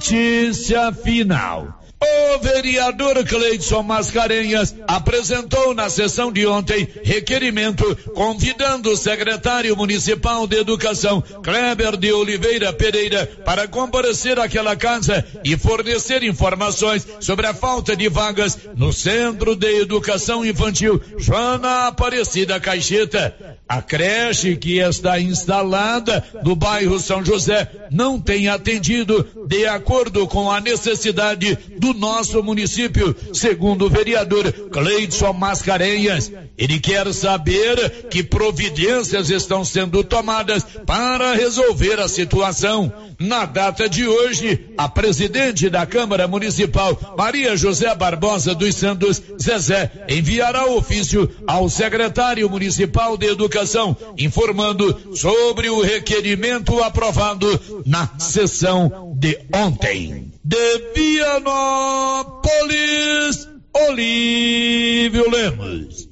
Notícia final. O vereador Cleidson Mascarenhas apresentou na sessão de ontem requerimento convidando o secretário municipal de educação, Kleber de Oliveira Pereira, para comparecer àquela casa e fornecer informações sobre a falta de vagas no Centro de Educação Infantil Joana Aparecida Caixeta. A creche que está instalada no bairro São José não tem atendido de acordo com a necessidade do nosso município, segundo o vereador Cleidson Mascarenhas. Ele quer saber que providências estão sendo tomadas para resolver a situação. Na data de hoje, a presidente da Câmara Municipal, Maria José Barbosa dos Santos Zezé, enviará ofício ao secretário municipal de Educação, informando sobre o requerimento aprovado na sessão de ontem. De Vianópolis, Olívio Lemos.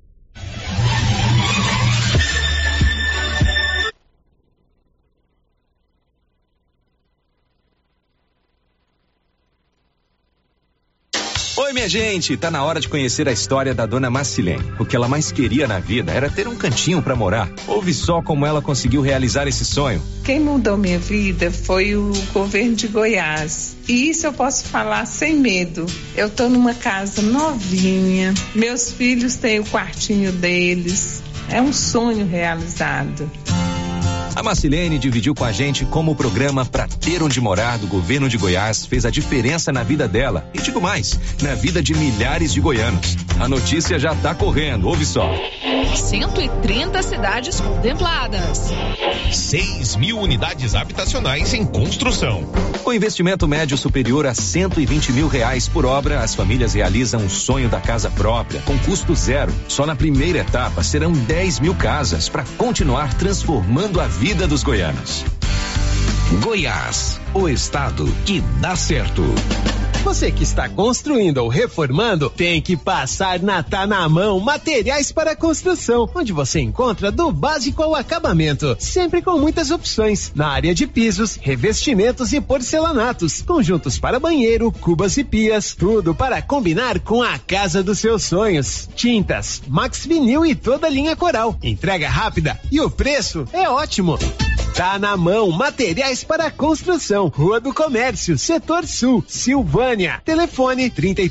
Oi, minha gente, tá na hora de conhecer a história da dona Marcilene. O que ela mais queria na vida era ter um cantinho pra morar. Ouve só como ela conseguiu realizar esse sonho. Quem mudou minha vida foi o governo de Goiás. E isso eu posso falar sem medo. Eu tô numa casa novinha, meus filhos têm o quartinho deles. É um sonho realizado. A Marcilene dividiu com a gente como o programa Pra Ter Onde Morar do governo de Goiás fez a diferença na vida dela. E digo mais, na vida de milhares de goianos. A notícia já tá correndo, ouve só. 130 cidades contempladas. 6.000 unidades habitacionais em construção. Com investimento médio superior a R$120 mil por obra, as famílias realizam o sonho da casa própria, com custo zero. Só na primeira etapa serão 10.000 casas para continuar transformando a vida dos goianos. Goiás, o estado que dá certo. Você que está construindo ou reformando, tem que passar na Tá na Mão Materiais para Construção, onde você encontra do básico ao acabamento, sempre com muitas opções, na área de pisos, revestimentos e porcelanatos, conjuntos para banheiro, cubas e pias, tudo para combinar com a casa dos seus sonhos. Tintas, Max Vinil e toda a linha Coral, entrega rápida e o preço é ótimo. Tá na Mão Materiais para Construção, Rua do Comércio, Setor Sul, Silvânia. Telefone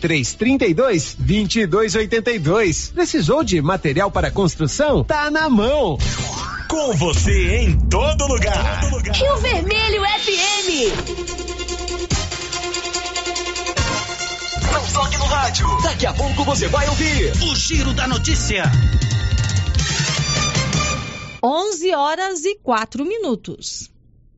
3332-2282. Precisou de material para construção? Tá na mão. Com você em todo lugar. Rio Vermelho FM. Não toque no rádio. Daqui a pouco você vai ouvir o Giro da Notícia. 11h04.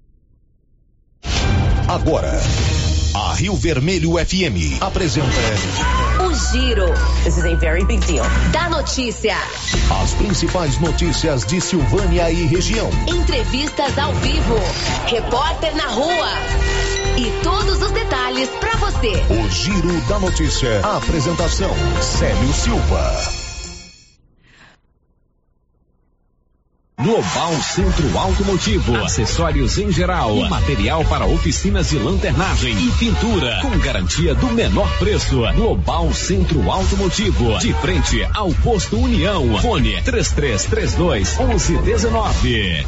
Agora, a Rio Vermelho FM apresenta o Giro. This is a very big deal. Da notícia. As principais notícias de Silvânia e região. Entrevistas ao vivo. Repórter na rua. E todos os detalhes pra você. O Giro da Notícia. A apresentação: Célio Silva. Global Centro Automotivo, acessórios em geral, e material para oficinas de lanternagem e pintura, com garantia do menor preço. Global Centro Automotivo, de frente ao Posto União. Fone 3332-1119.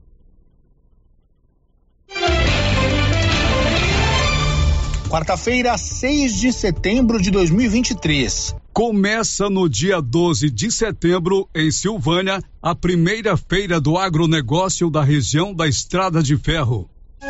Quarta-feira, 6 de setembro de 2023. Começa no dia 12 de setembro, em Silvânia, a primeira feira do agronegócio da região da Estrada de Ferro.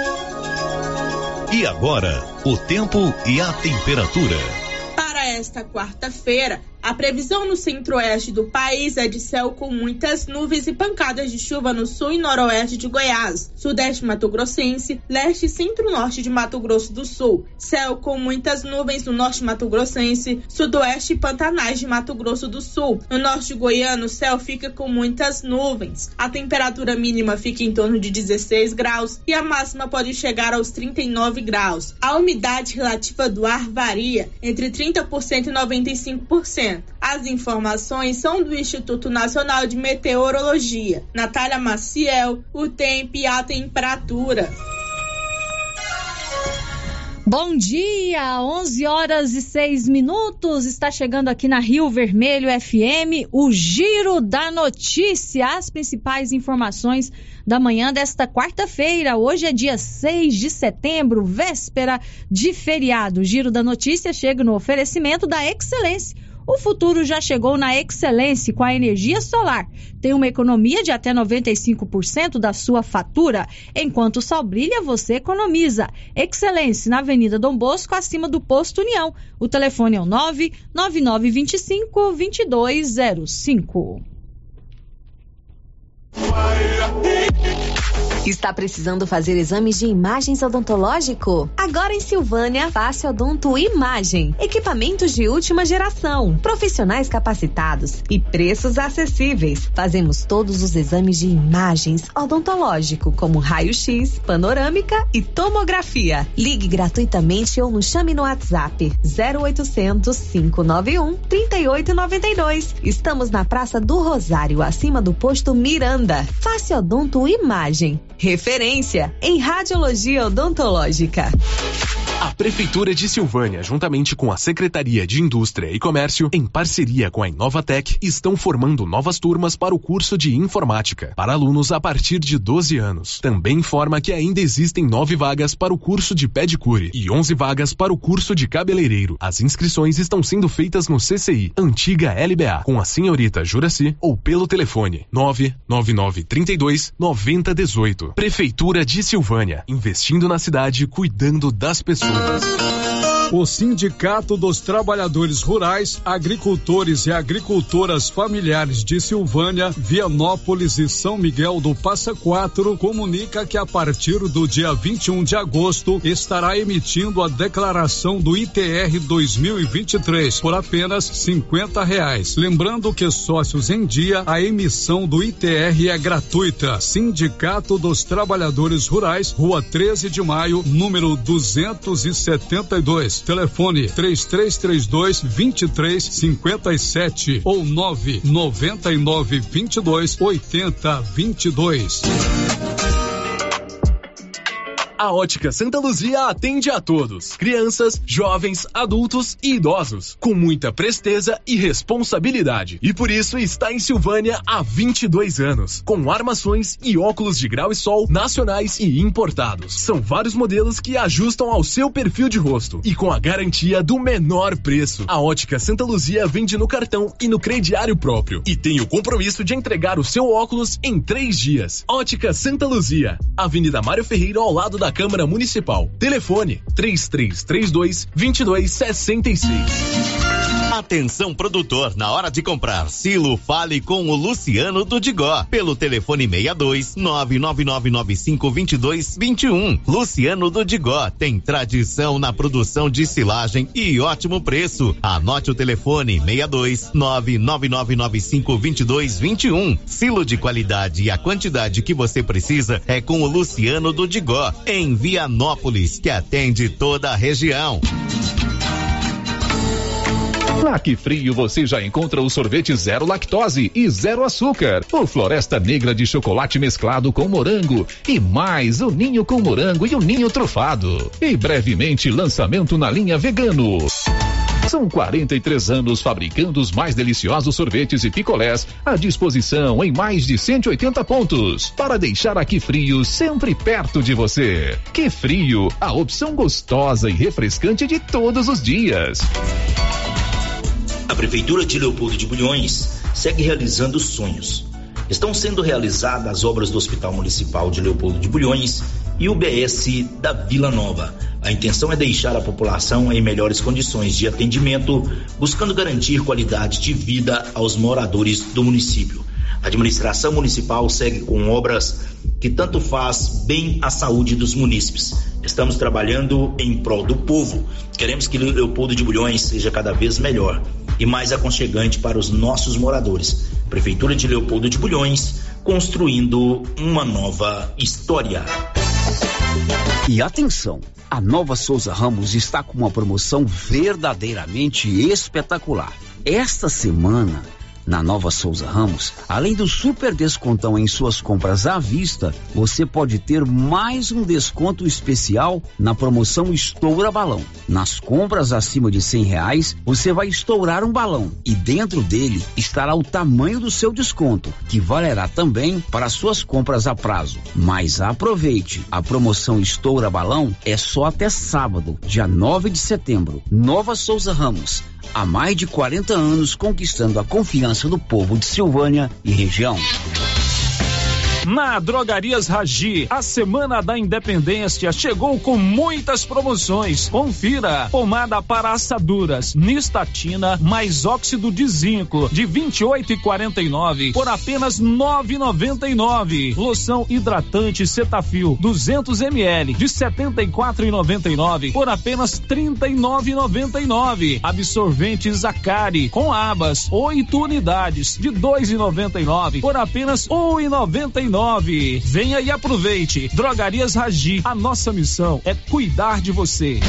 E agora, o tempo e a temperatura. Para esta quarta-feira, a previsão no centro-oeste do país é de céu com muitas nuvens e pancadas de chuva no sul e noroeste de Goiás, sudeste mato-grossense, leste e centro-norte de Mato Grosso do Sul. Céu com muitas nuvens no norte mato-grossense, sudoeste e pantanais de Mato Grosso do Sul. No norte goiano, o céu fica com muitas nuvens. A temperatura mínima fica em torno de 16 graus e a máxima pode chegar aos 39 graus. A umidade relativa do ar varia entre 30% e 95%. As informações são do Instituto Nacional de Meteorologia. Natália Maciel, o tempo e a temperatura. Bom dia, 11h06, está chegando aqui na Rio Vermelho FM o Giro da Notícia, as principais informações da manhã desta quarta-feira. Hoje é dia 6 de setembro, véspera de feriado. O Giro da Notícia chega no oferecimento da Excelência. O futuro já chegou na Excelência com a energia solar. Tem uma economia de até 95% da sua fatura. Enquanto o sol brilha, você economiza. Excelência, na Avenida Dom Bosco, acima do Posto União. O telefone é o 99925-2205. Está precisando fazer exames de imagens odontológico? Agora em Silvânia, Face Odonto Imagem. Equipamentos de última geração, profissionais capacitados e preços acessíveis. Fazemos todos os exames de imagens odontológico, como raio-x, panorâmica e tomografia. Ligue gratuitamente ou nos chame no WhatsApp 0800 591 3892. Estamos na Praça do Rosário, acima do posto Miranda. Face Odonto Imagem. Referência em radiologia odontológica. A Prefeitura de Silvânia, juntamente com a Secretaria de Indústria e Comércio, em parceria com a Inovatec, estão formando novas turmas para o curso de Informática, para alunos a partir de 12 anos. Também informa que ainda existem 9 vagas para o curso de Pedicure e 11 vagas para o curso de Cabeleireiro. As inscrições estão sendo feitas no CCI, antiga LBA, com a senhorita Juraci ou pelo telefone 99932-9018. Prefeitura de Silvânia, investindo na cidade, cuidando das pessoas. O Sindicato dos Trabalhadores Rurais, Agricultores e Agricultoras Familiares de Silvânia, Vianópolis e São Miguel do Passa Quatro comunica que a partir do dia 21 de agosto estará emitindo a declaração do ITR 2023 por apenas R$50. Lembrando que sócios em dia, a emissão do ITR é gratuita. Sindicato dos Trabalhadores Rurais, Rua 13 de Maio, número 272. Telefone 3332-2357 ou 99922-8022. A Ótica Santa Luzia atende a todos, crianças, jovens, adultos e idosos, com muita presteza e responsabilidade. E por isso está em Silvânia há 22 anos, com armações e óculos de grau e sol nacionais e importados. São vários modelos que ajustam ao seu perfil de rosto e com a garantia do menor preço. A Ótica Santa Luzia vende no cartão e no crediário próprio e tem o compromisso de entregar o seu óculos em 3 dias. Ótica Santa Luzia, Avenida Mário Ferreira, ao lado da Câmara Municipal. Telefone 3332-2266. Atenção produtor, na hora de comprar silo, fale com o Luciano do Digó, pelo telefone 62 999952221. Luciano do Digó tem tradição na produção de silagem e ótimo preço. Anote o telefone 62 999952221. Silo de qualidade e a quantidade que você precisa é com o Luciano do Digó, em Vianópolis, que atende toda a região. Na Que Frio você já encontra o sorvete zero lactose e zero açúcar, o Floresta Negra de chocolate mesclado com morango e mais o ninho com morango e o ninho trufado. E brevemente lançamento na linha vegano. São 43 anos fabricando os mais deliciosos sorvetes e picolés à disposição em mais de 180 pontos para deixar a Que Frio sempre perto de você. Que Frio, a opção gostosa e refrescante de todos os dias. A Prefeitura de Leopoldo de Bulhões segue realizando sonhos. Estão sendo realizadas as obras do Hospital Municipal de Leopoldo de Bulhões e o UBS da Vila Nova. A intenção é deixar a população em melhores condições de atendimento, buscando garantir qualidade de vida aos moradores do município. A administração municipal segue com obras que tanto faz bem à saúde dos munícipes. Estamos trabalhando em prol do povo. Queremos que Leopoldo de Bulhões seja cada vez melhor e mais aconchegante para os nossos moradores. Prefeitura de Leopoldo de Bulhões, construindo uma nova história. E atenção, a Nova Souza Ramos está com uma promoção verdadeiramente espetacular. Esta semana Na Nova Souza Ramos, além do super descontão em suas compras à vista, você pode ter mais um desconto especial na promoção Estoura Balão. Nas compras acima de R$100, você vai estourar um balão e dentro dele estará o tamanho do seu desconto, que valerá também para suas compras a prazo. Mas aproveite, a promoção Estoura Balão é só até sábado, dia 9 de setembro. Nova Souza Ramos, há mais de 40 anos conquistando a confiança do povo de Silvânia e região. Na Drogarias Ragi, a Semana da Independência chegou com muitas promoções. Confira: pomada para assaduras Nistatina mais óxido de zinco de 28,49 por apenas 9,99. Loção hidratante Cetaphil 200 ml de 74,99 por apenas 39,99. Absorvente Zacari com abas 8 unidades de 2,99 por apenas 1,99. Venha e aproveite. Drogarias Ragi, a nossa missão é cuidar de você.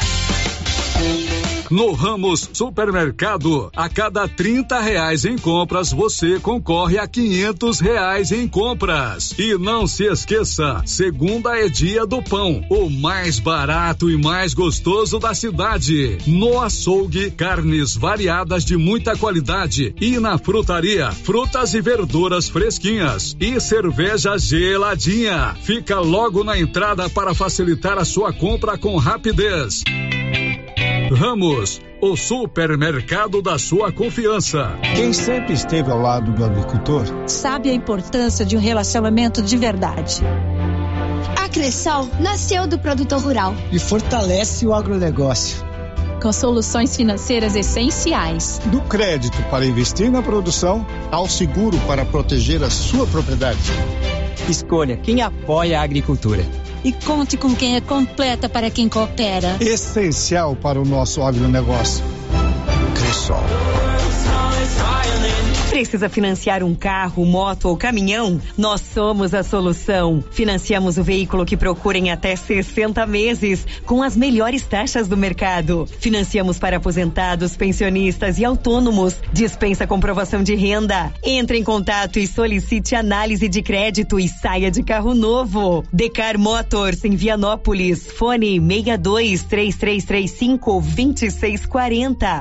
No Ramos Supermercado, a cada R$30 em compras, você concorre a R$500 em compras. E não se esqueça, segunda é dia do pão, o mais barato e mais gostoso da cidade. No açougue, carnes variadas de muita qualidade. E na frutaria, frutas e verduras fresquinhas. E cerveja geladinha. Fica logo na entrada para facilitar a sua compra com rapidez. Ramos, o supermercado da sua confiança. Quem sempre esteve ao lado do agricultor sabe a importância de um relacionamento de verdade. A Cressol nasceu do produtor rural e fortalece o agronegócio com soluções financeiras essenciais. Do crédito para investir na produção ao seguro para proteger a sua propriedade. Escolha quem apoia a agricultura. E conte com quem é completa para quem coopera. Essencial para o nosso agronegócio. Cressol. Precisa financiar um carro, moto ou caminhão? Nós somos a solução. Financiamos o veículo que procura em até 60 meses, com as melhores taxas do mercado. Financiamos para aposentados, pensionistas e autônomos. Dispensa comprovação de renda. Entre em contato e solicite análise de crédito e saia de carro novo. Decar Motors em Vianópolis. Fone 623335-2640.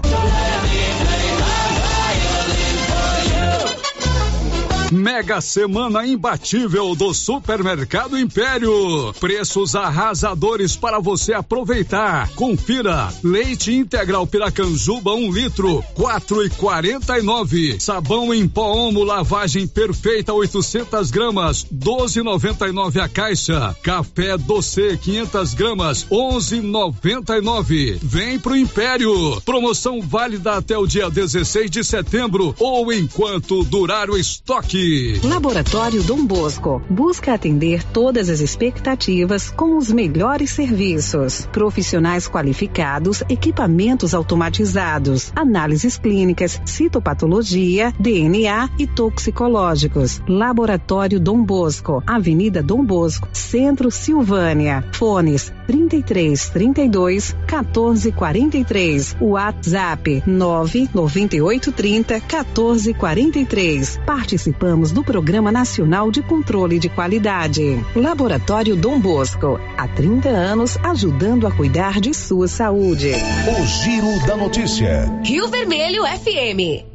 Mega Semana imbatível do Supermercado Império. Preços arrasadores para você aproveitar. Confira: leite integral Piracanjuba 1 litro, 4,49. Sabão em pó Omo lavagem perfeita 800 gramas, 12,99 a caixa. Café Doce 500 gramas, 11,99. Vem pro Império. Promoção válida até o dia 16 de setembro ou enquanto durar o estoque. Laboratório Dom Bosco busca atender todas as expectativas com os melhores serviços. Profissionais qualificados, equipamentos automatizados, análises clínicas, citopatologia, DNA e toxicológicos. Laboratório Dom Bosco, Avenida Dom Bosco, Centro, Silvânia. Fones 3332 1443. WhatsApp 99830 1443. Participamos do Programa Nacional de Controle de Qualidade. Laboratório Dom Bosco, há 30 anos ajudando a cuidar de sua saúde. O Giro da Notícia. Rio Vermelho FM.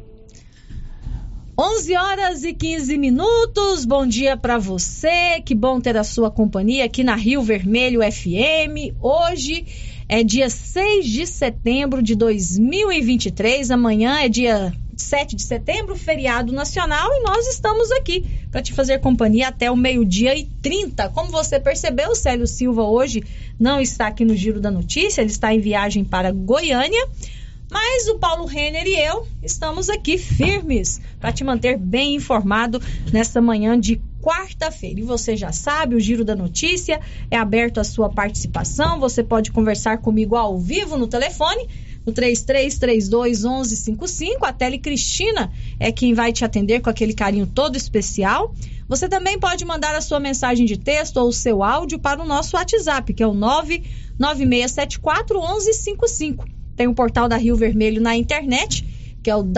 11h15. Bom dia para você. Que bom ter a sua companhia aqui na Rio Vermelho FM. Hoje é dia 6 de setembro de 2023. Amanhã é dia 7 de setembro, feriado nacional, e nós estamos aqui para te fazer companhia até o 12h30. Como você percebeu, o Célio Silva hoje não está aqui no Giro da Notícia, ele está em viagem para Goiânia, mas o Paulo Renner e eu estamos aqui firmes para te manter bem informado nessa manhã de quarta-feira. E você já sabe, o Giro da Notícia é aberto à sua participação. Você pode conversar comigo ao vivo no telefone, no 3332-1155. A Tele Cristina é quem vai te atender com aquele carinho todo especial. Você também pode mandar a sua mensagem de texto ou o seu áudio para o nosso WhatsApp, que é o 99674-1155. Tem o portal da Rio Vermelho na internet, que é o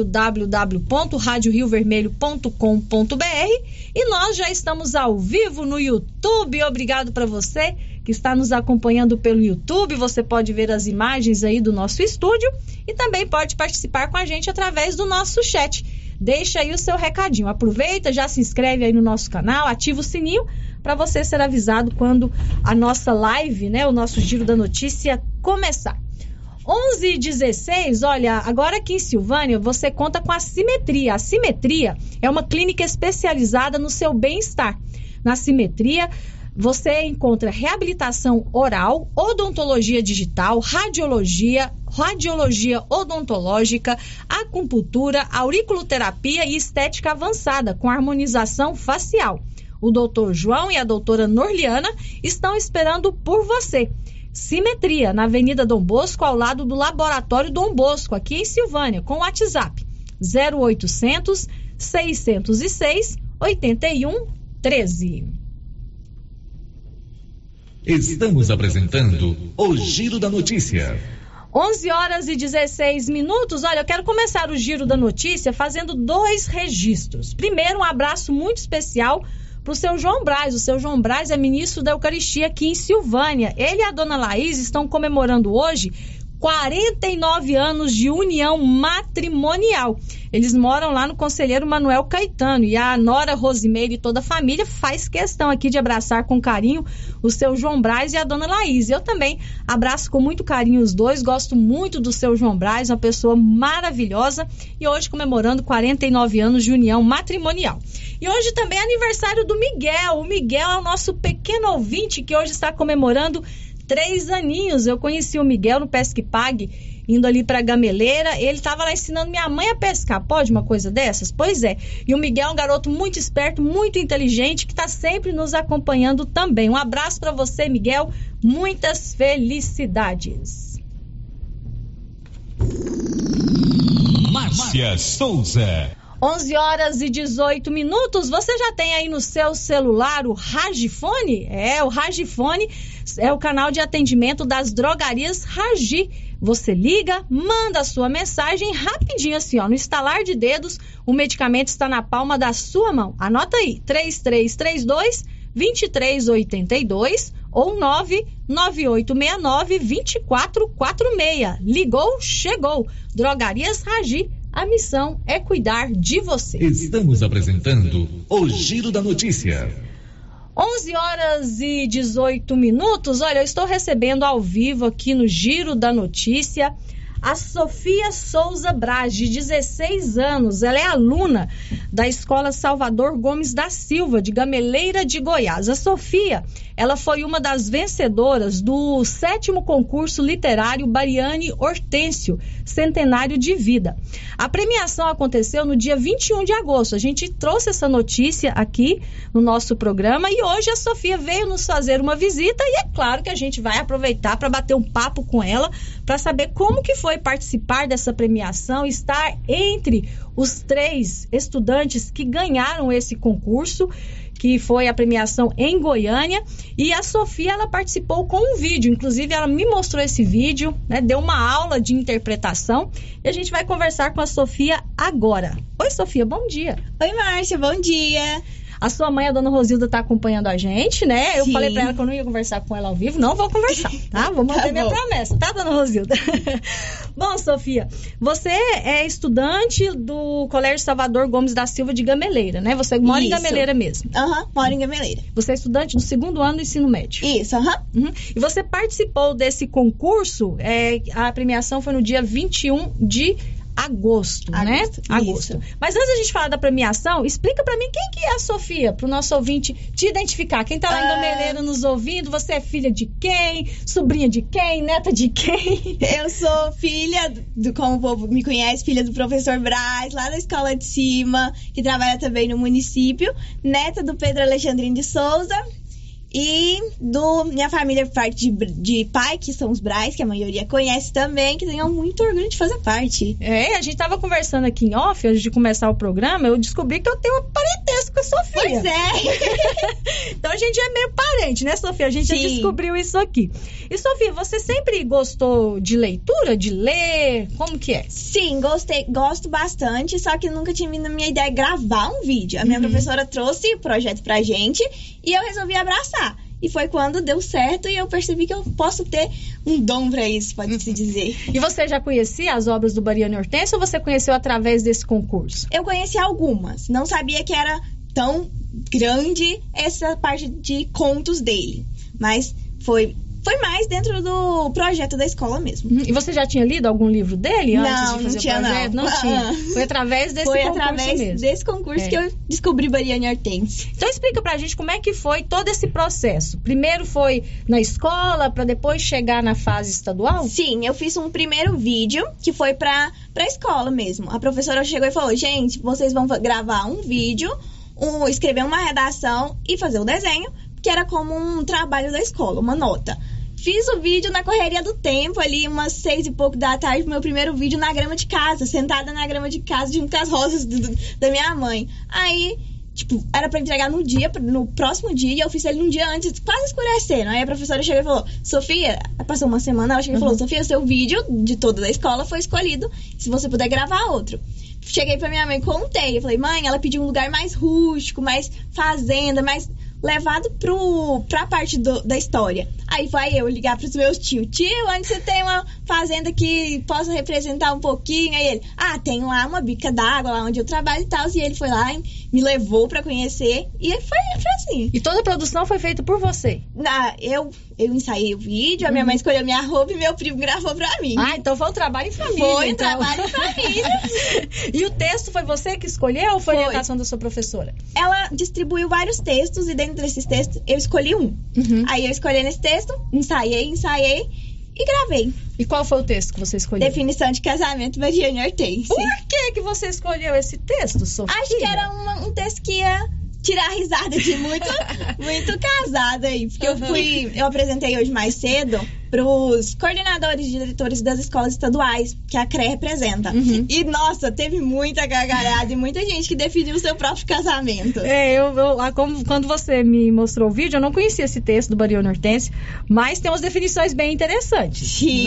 www.radioriovermelho.com.br, e nós já estamos ao vivo no YouTube. Obrigado para você que está nos acompanhando pelo YouTube. Você pode ver as imagens aí do nosso estúdio e também pode participar com a gente através do nosso chat. Deixa aí o seu recadinho. Aproveita, já se inscreve aí no nosso canal, ativa o sininho para você ser avisado quando a nossa live, né, o nosso Giro da Notícia começar. 11h16, olha, agora aqui em Silvânia você conta com a Simetria. A Simetria é uma clínica especializada no seu bem-estar. Na Simetria você encontra reabilitação oral, odontologia digital, radiologia odontológica, acupuntura, auriculoterapia e estética avançada com harmonização facial. O doutor João e a doutora Norliana estão esperando por você. Simetria, na Avenida Dom Bosco, ao lado do Laboratório Dom Bosco, aqui em Silvânia, com o WhatsApp 0800 606 8113. Estamos apresentando o Giro da Notícia. 11h16. Olha, eu quero começar o Giro da Notícia fazendo 2 registros. Primeiro, um abraço muito especial para o seu João Braz. O seu João Braz é ministro da Eucaristia aqui em Silvânia. Ele e a dona Laís estão comemorando hoje 49 anos de união matrimonial. Eles moram lá no Conselheiro Manuel Caetano, e a nora Rosimeire e toda a família faz questão aqui de abraçar com carinho o seu João Braz e a dona Laís. Eu também abraço com muito carinho os dois, gosto muito do seu João Braz, uma pessoa maravilhosa, e hoje comemorando 49 anos de união matrimonial. E hoje também é aniversário do Miguel. O Miguel é o nosso pequeno ouvinte que hoje está comemorando 3 aninhos. Eu conheci o Miguel no Pesque Pague, indo ali pra Gameleira. Ele estava lá ensinando minha mãe a pescar. Pode uma coisa dessas? Pois é. E o Miguel é um garoto muito esperto, muito inteligente, que está sempre nos acompanhando também. Um abraço para você, Miguel. Muitas felicidades. Márcia Souza. 11h18. Você já tem aí no seu celular o Ragifone? O Ragifone é o canal de atendimento das drogarias Ragi. Você liga, manda a sua mensagem rapidinho assim, ó, no estalar de dedos, o medicamento está na palma da sua mão. Anota aí, 3332-2382 ou 99869-2446. Ligou, chegou. Drogarias Ragi. A missão é cuidar de você. Estamos apresentando o Giro da Notícia. 11h18. Olha, eu estou recebendo ao vivo aqui no Giro da Notícia a Sofia Souza Braz, de 16 anos. Ela é aluna da Escola Salvador Gomes da Silva, de Gameleira de Goiás. A Sofia, ela foi uma das vencedoras do 7º concurso literário Bariane Hortêncio, Centenário de Vida. A premiação aconteceu no dia 21 de agosto. A gente trouxe essa notícia aqui no nosso programa e hoje a Sofia veio nos fazer uma visita e é claro que a gente vai aproveitar para bater um papo com ela, para saber como que foi participar dessa premiação, estar entre os 3 estudantes que ganharam esse concurso, que foi a premiação em Goiânia. E a Sofia, ela participou com um vídeo, inclusive ela me mostrou esse vídeo, né, deu uma aula de interpretação, e a gente vai conversar com a Sofia agora. Oi, Sofia, bom dia. Oi, Márcia, bom dia. A sua mãe, a dona Rosilda, está acompanhando a gente, né? Eu Sim. falei para ela que eu não ia conversar com ela ao vivo. Não vou conversar, tá? Vou manter minha promessa, tá, dona Rosilda? Bom, Sofia, você é estudante do Colégio Salvador Gomes da Silva de Gameleira, né? Você mora em Gameleira mesmo. Moro em Gameleira. Você é estudante do 2º ano do ensino médio. Isso, E você participou desse concurso, a premiação foi no dia 21 de agosto, né? Agosto. Mas antes da gente falar da premiação, explica pra mim quem que é a Sofia, pro nosso ouvinte te identificar. Quem tá lá em Gameleira nos ouvindo, você é filha de quem? Sobrinha de quem? Neta de quem? Eu sou filha, como o povo me conhece, filha do professor Braz, lá da escola de cima, que trabalha também no município. Neta do Pedro Alexandrino de Souza. E minha família, parte de pai, que são os Braz, que a maioria conhece também, que tenho muito orgulho de fazer parte. A gente tava conversando aqui em off, antes de começar o programa, eu descobri que eu tenho um parentesco com a Sofia. Pois é. Então a gente é meio parente, né, Sofia? A gente já descobriu isso aqui. E, Sofia, você sempre gostou de leitura, de ler? Como que é? Sim, gosto bastante, só que nunca tinha vindo na minha ideia gravar um vídeo. A minha professora trouxe o projeto pra gente e eu resolvi abraçar. E foi quando deu certo e eu percebi que eu posso ter um dom pra isso, pode-se dizer. E você já conhecia as obras do Bariano Hortêncio ou você conheceu através desse concurso? Eu conheci algumas. Não sabia que era tão grande essa parte de contos dele. Mas foi mais dentro do projeto da escola mesmo. E você já tinha lido algum livro dele antes de fazer não tinha, o projeto? Não tinha. Foi através desse concurso mesmo. Foi através desse concurso que eu descobri Bariano Hortêncio. Então explica pra gente como é que foi todo esse processo. Primeiro foi na escola, pra depois chegar na fase estadual? Sim, eu fiz um primeiro vídeo que foi pra escola mesmo. A professora chegou e falou, gente, vocês vão gravar um vídeo, escrever uma redação e fazer o desenho, que era como um trabalho da escola, uma nota. Fiz o vídeo na correria do tempo, ali umas 6 e pouco da tarde, meu primeiro vídeo na grama de casa, sentada na grama de casa, junto com as rosas da minha mãe. Aí, era pra entregar no próximo dia, e eu fiz ele um dia antes, quase escurecendo. Aí a professora chegou e falou, Sofia, passou uma semana, ela chegou e falou, Sofia, seu vídeo de todo da escola foi escolhido, se você puder gravar outro. Cheguei pra minha mãe, contei, eu falei, mãe, ela pediu um lugar mais rústico, mais fazenda, mais levado pra parte da história. Aí vai eu ligar pros meus tios. Tio, onde você tem uma fazenda que possa representar um pouquinho? Aí ele, tem lá uma bica d'água, lá onde eu trabalho e tal. E ele foi lá e me levou pra conhecer. E foi assim. E toda a produção foi feita por você? Eu ensaiei o vídeo, a minha mãe escolheu minha roupa e meu primo gravou pra mim. Então foi um trabalho em família. Foi um trabalho em família. E o texto foi você que escolheu ou foi orientação da sua professora? Ela distribuiu vários textos e dentro desses textos eu escolhi um. Aí eu escolhi nesse texto, ensaiei e gravei. E qual foi o texto que você escolheu? Definição de casamento, Bariano Hortêncio. Por que você escolheu esse texto, Sofia? Acho que era um texto que ia tirar a risada de muito casada aí. Porque eu apresentei hoje mais cedo pros coordenadores e diretores das escolas estaduais, que a CRE representa. E, nossa, teve muita gargalhada e muita gente que definiu o seu próprio casamento. Quando você me mostrou o vídeo, eu não conhecia esse texto do Bariano Hortêncio, mas tem umas definições bem interessantes. Sim,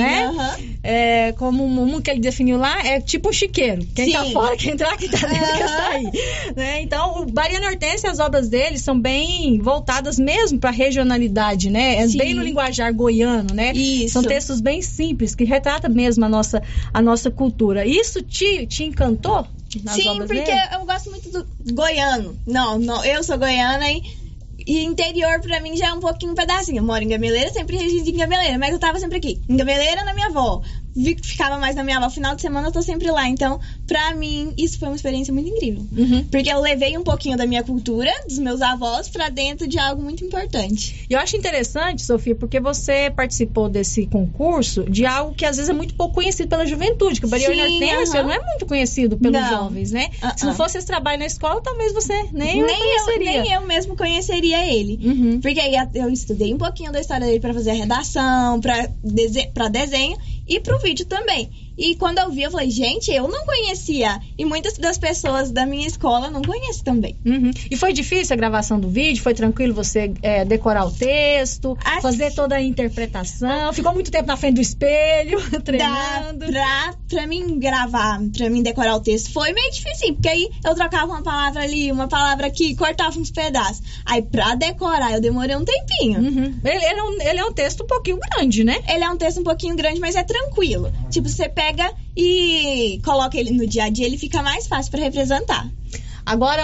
né? Como um que ele definiu lá, é tipo um chiqueiro. Quem tá fora, quem entrar, quem tá dentro, quer sair. Né? Então, o Bariano Hortêncio, as obras dele são bem voltadas mesmo pra regionalidade, né? É bem no linguajar goiano, né? Isso. São textos bem simples, que retratam mesmo a nossa cultura. Isso te encantou nas obras porque dele? Eu gosto muito do goiano. Não, eu sou goiana e interior pra mim já é um pouquinho um pedacinho. Eu moro em Gameleira, sempre resido em Gameleira, mas eu tava sempre aqui. Em Gameleira, na minha avó. Ficava mais na minha avó. Final de semana eu tô sempre lá. Então, pra mim, isso foi uma experiência muito incrível. Porque eu levei um pouquinho da minha cultura, dos meus avós, pra dentro de algo muito importante. E eu acho interessante, Sofia, porque você participou desse concurso de algo que às vezes é muito pouco conhecido pela juventude, que o Bariano Hortêncio não é muito conhecido pelos jovens, né? Se não fosse esse trabalho na escola, talvez você nem conheceria. Nem eu mesmo conheceria ele. Porque aí eu estudei um pouquinho da história dele pra fazer a redação, pra desenho e pro vídeo também. E quando eu vi, eu falei, gente, eu não conhecia. E muitas das pessoas da minha escola não conhecem também. E foi difícil a gravação do vídeo? Foi tranquilo você decorar o texto, fazer toda a interpretação? Ficou muito tempo na frente do espelho, treinando? Pra mim gravar, pra mim decorar o texto, foi meio difícil. Porque aí eu trocava uma palavra ali, uma palavra aqui, cortava uns pedaços. Aí pra decorar, eu demorei um tempinho. Ele é um texto um pouquinho grande, né? Ele é um texto um pouquinho grande, mas é tranquilo. Tipo, você pega e coloca ele no dia a dia, ele fica mais fácil para representar. Agora,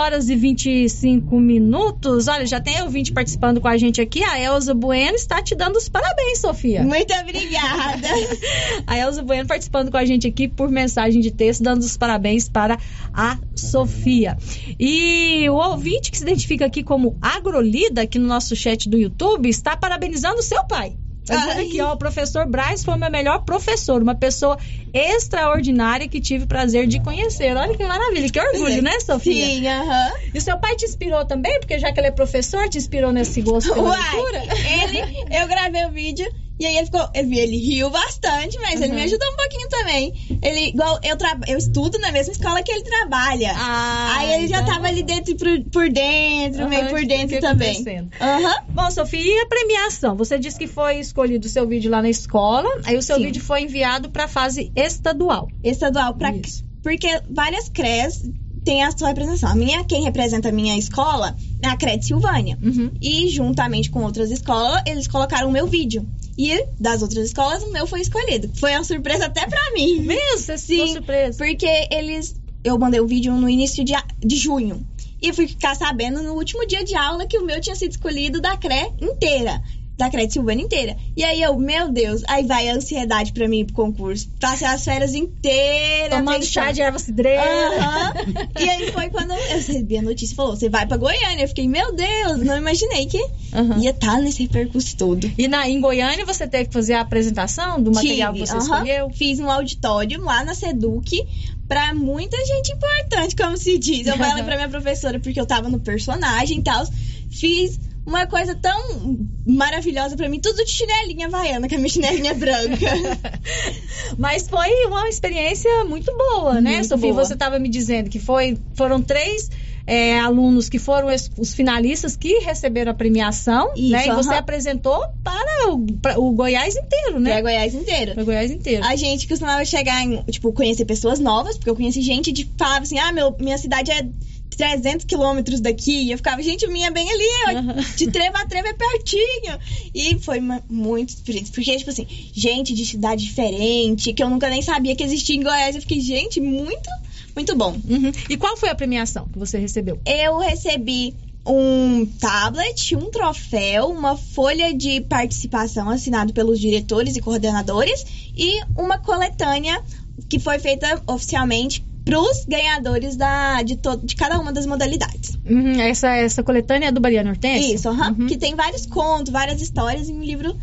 11h25. Olha, já tem ouvinte participando com a gente aqui. A Elza Bueno está te dando os parabéns, Sofia. Muito obrigada. A Elza Bueno participando com a gente aqui por mensagem de texto, dando os parabéns para a Sofia. E o ouvinte que se identifica aqui como Agrolida, aqui no nosso chat do YouTube, está parabenizando o seu pai. Tá dizendo aqui, ó, o professor Braz foi o meu melhor professor, uma pessoa extraordinária que tive o prazer de conhecer. Olha que maravilha, que orgulho, né, Sofia? Sim, aham. E o seu pai te inspirou também? Porque já que ele é professor, te inspirou nesse gosto pela leitura? Eu gravei o vídeo e aí ele riu bastante, mas ele me ajudou um pouquinho também. Ele, igual, eu estudo na mesma escola que ele trabalha. Aí ele já tava ali dentro por dentro, meio por dentro também. Bom, Sofia, e a premiação? Você disse que foi escolhido o seu vídeo lá na escola, aí o seu vídeo foi enviado para a fase estadual. Estadual, porque várias CREs tem a sua representação. Quem representa a minha escola é a CRE de Silvânia. E juntamente com outras escolas, eles colocaram o meu vídeo. E das outras escolas, o meu foi escolhido. Foi uma surpresa até pra mim. Mesmo? Você ficou surpresa? Porque eu mandei o vídeo no início de junho. E eu fui ficar sabendo no último dia de aula que o meu tinha sido escolhido da CRE inteira. Da CRE de Silvânia inteira. E aí meu Deus, aí vai a ansiedade pra mim ir pro concurso. Passei as férias inteiras. Tomando chá de erva cidreira. E aí foi quando eu recebi a notícia e falou, você vai pra Goiânia. Eu fiquei, meu Deus, não imaginei que ia estar nesse repercurso todo. E em Goiânia você teve que fazer a apresentação do material que você escolheu? Fiz um auditório lá na Seduc pra muita gente importante, como se diz. Eu falei pra minha professora porque eu tava no personagem e tal. Fiz uma coisa tão maravilhosa pra mim, tudo de chinelinha havaiana, com a minha chinelinha branca. Mas foi uma experiência muito boa, né, muito Sofia? Boa. Você estava me dizendo que foram 3 alunos que foram os finalistas que receberam a premiação, né? E você apresentou para o Goiás inteiro, né? Para Goiás inteiro. Para Goiás inteiro. A gente costumava chegar conhecer pessoas novas, porque eu conheci gente de falava assim, minha cidade é 300 quilômetros daqui, e eu ficava, gente, minha é bem ali, de trevo a trevo é pertinho. E foi muito experiência, porque, tipo assim, gente de cidade diferente, que eu nunca nem sabia que existia em Goiás, eu fiquei, gente, muito bom. E qual foi a premiação que você recebeu? Eu recebi um tablet, um troféu, uma folha de participação assinado pelos diretores e coordenadores e uma coletânea que foi feita oficialmente pros ganhadores de cada uma das modalidades. Essa coletânea é do Bariano Hortêncio? Isso, que tem vários contos, várias histórias em um livro,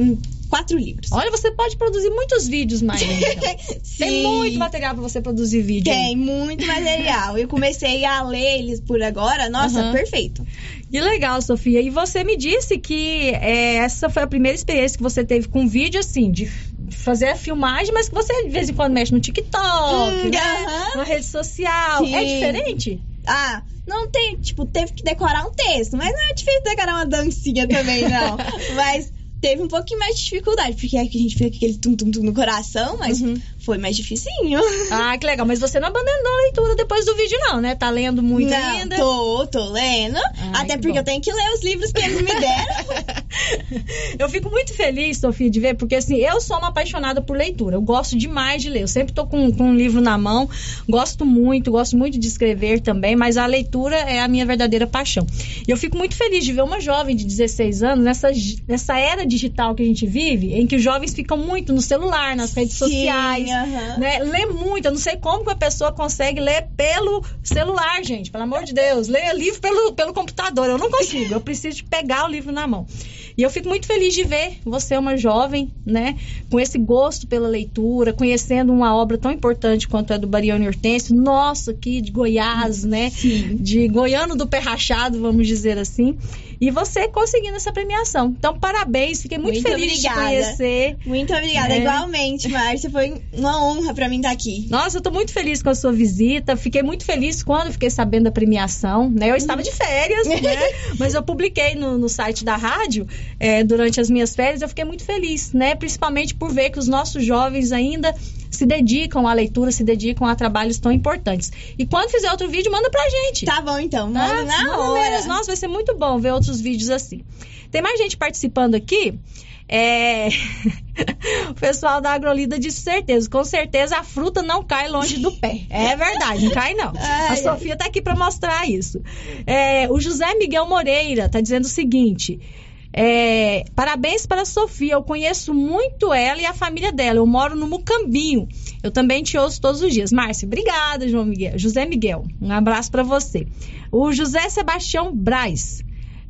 4 livros. Olha, você pode produzir muitos vídeos mais. Então. Tem muito material pra você produzir vídeo. Tem muito material. Eu comecei a ler eles por agora. Nossa, perfeito. Que legal, Sofia. E você me disse que essa foi a primeira experiência que você teve com vídeo, assim, de fazer a filmagem, mas que você de vez em quando mexe no TikTok, na rede social. Sim. É diferente? Não tem, teve que decorar um texto, mas não é difícil decorar uma dancinha também, não. Mas teve um pouquinho mais de dificuldade, porque aqui a gente fica com aquele tum-tum-tum no coração, mas foi mais dificinho. Que legal. Mas você não abandonou a leitura depois do vídeo, não, né? Tá lendo muito ainda? Tô lendo. Até porque eu tenho que ler os livros que eles me deram. Eu fico muito feliz, Sofia, de ver, porque assim, eu sou uma apaixonada por leitura. Eu gosto demais de ler. Eu sempre tô com um livro na mão. Gosto muito de escrever também, mas a leitura é a minha verdadeira paixão. E eu fico muito feliz de ver uma jovem de 16 anos nessa era digital que a gente vive, em que os jovens ficam muito no celular, nas redes sociais, né? Lê muito. Eu não sei como que a pessoa consegue ler pelo celular, gente, pelo amor de Deus. Lê livro pelo computador. Eu não consigo. Eu preciso de pegar o livro na mão. E eu fico muito feliz de ver você, uma jovem, né, com esse gosto pela leitura, conhecendo uma obra tão importante quanto a do Bariano Hortêncio, nosso aqui de Goiás, né? Sim. De goiano do pé rachado, vamos dizer assim. E você conseguindo essa premiação. Então, parabéns, fiquei muito feliz de te conhecer. Muito obrigada, igualmente, Márcia. Foi uma honra pra mim estar aqui. Nossa, eu tô muito feliz com a sua visita. Fiquei muito feliz quando fiquei sabendo da premiação, né? Eu estava de férias, né? Mas eu publiquei no site da rádio durante as minhas férias. Eu fiquei muito feliz, né? Principalmente por ver que os nossos jovens ainda se dedicam à leitura, se dedicam a trabalhos tão importantes. E quando fizer outro vídeo, manda pra gente. Tá bom, então. Manda na hora. Nossa, vai ser muito bom ver outros vídeos assim. Tem mais gente participando aqui. O pessoal da Agrolida disse certeza. Com certeza a fruta não cai longe do pé. É verdade, não cai não. A Sofia tá aqui pra mostrar isso. O José Miguel Moreira tá dizendo o seguinte: parabéns para a Sofia, eu conheço muito ela e a família dela, eu moro no Mucambinho, eu também te ouço todos os dias. Márcia, obrigada, José Miguel, um abraço para você. O José Sebastião Braz,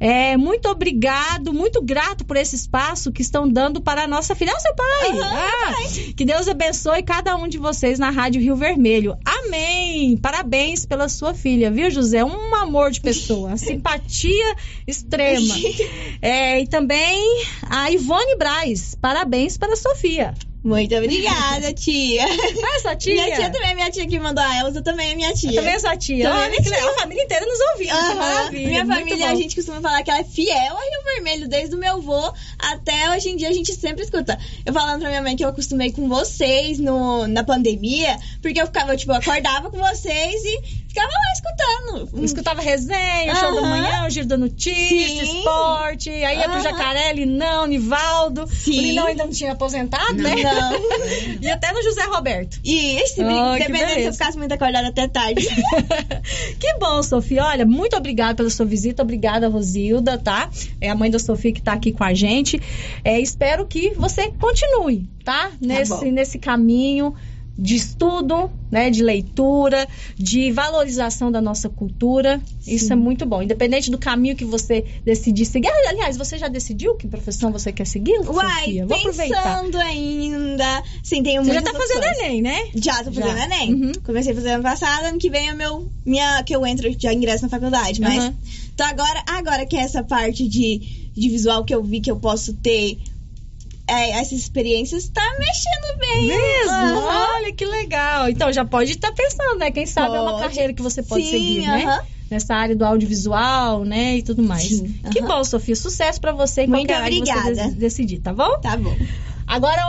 Muito obrigado, muito grato por esse espaço que estão dando para a nossa filha. Seu pai! Que Deus abençoe cada um de vocês na Rádio Rio Vermelho. Amém! Parabéns pela sua filha, viu, José? Um amor de pessoa, simpatia extrema. E também a Ivone Braz, parabéns para a Sofia. Muito obrigada, tia. Sua tia? Minha tia também é minha tia que mandou. A Elza também é minha tia. Também é sua tia. Olha que legal. A família inteira nos ouvindo. Maravilha. Minha família, a gente costuma falar que ela é fiel a Rio Vermelho, desde o meu avô até hoje em dia, a gente sempre escuta. Eu falando pra minha mãe que eu acostumei com vocês na pandemia, porque eu acordava com vocês e ficava lá escutando. Escutava resenha, show da manhã, o Giro da Notícia, esporte. Aí ia pro Jacaré, Linão, Nivaldo. O Linão ainda não tinha aposentado, né? Não. E até no José Roberto. Isso, dependendo se eu ficasse muito acordada até tarde. Que bom, Sofia. Olha, muito obrigada pela sua visita. Obrigada, Rosilda, tá? É a mãe da Sofia que tá aqui com a gente. Espero que você continue, tá? Nesse caminho de estudo, né, de leitura, de valorização da nossa cultura. Sim. Isso é muito bom. Independente do caminho que você decidir seguir. Aliás, você já decidiu que profissão você quer seguir, Sofia? Vou aproveitar. Pensando ainda. Sim, tenho você muitas já tá fazendo Enem, né? Já tô fazendo Enem. Comecei a fazer ano passado, ano que vem é que eu entro, já ingresso na faculdade. Mas então agora que é essa parte de visual que eu vi que eu posso ter essas experiências, tá mexendo bem. Mesmo? Olha que legal. Então já pode estar pensando, né? Quem sabe é uma carreira que você pode seguir, né? Nessa área do audiovisual, né? E tudo mais. Sim, que bom, Sofia. Sucesso pra você em qualquer área que você decidir, tá bom? Tá bom. Agora,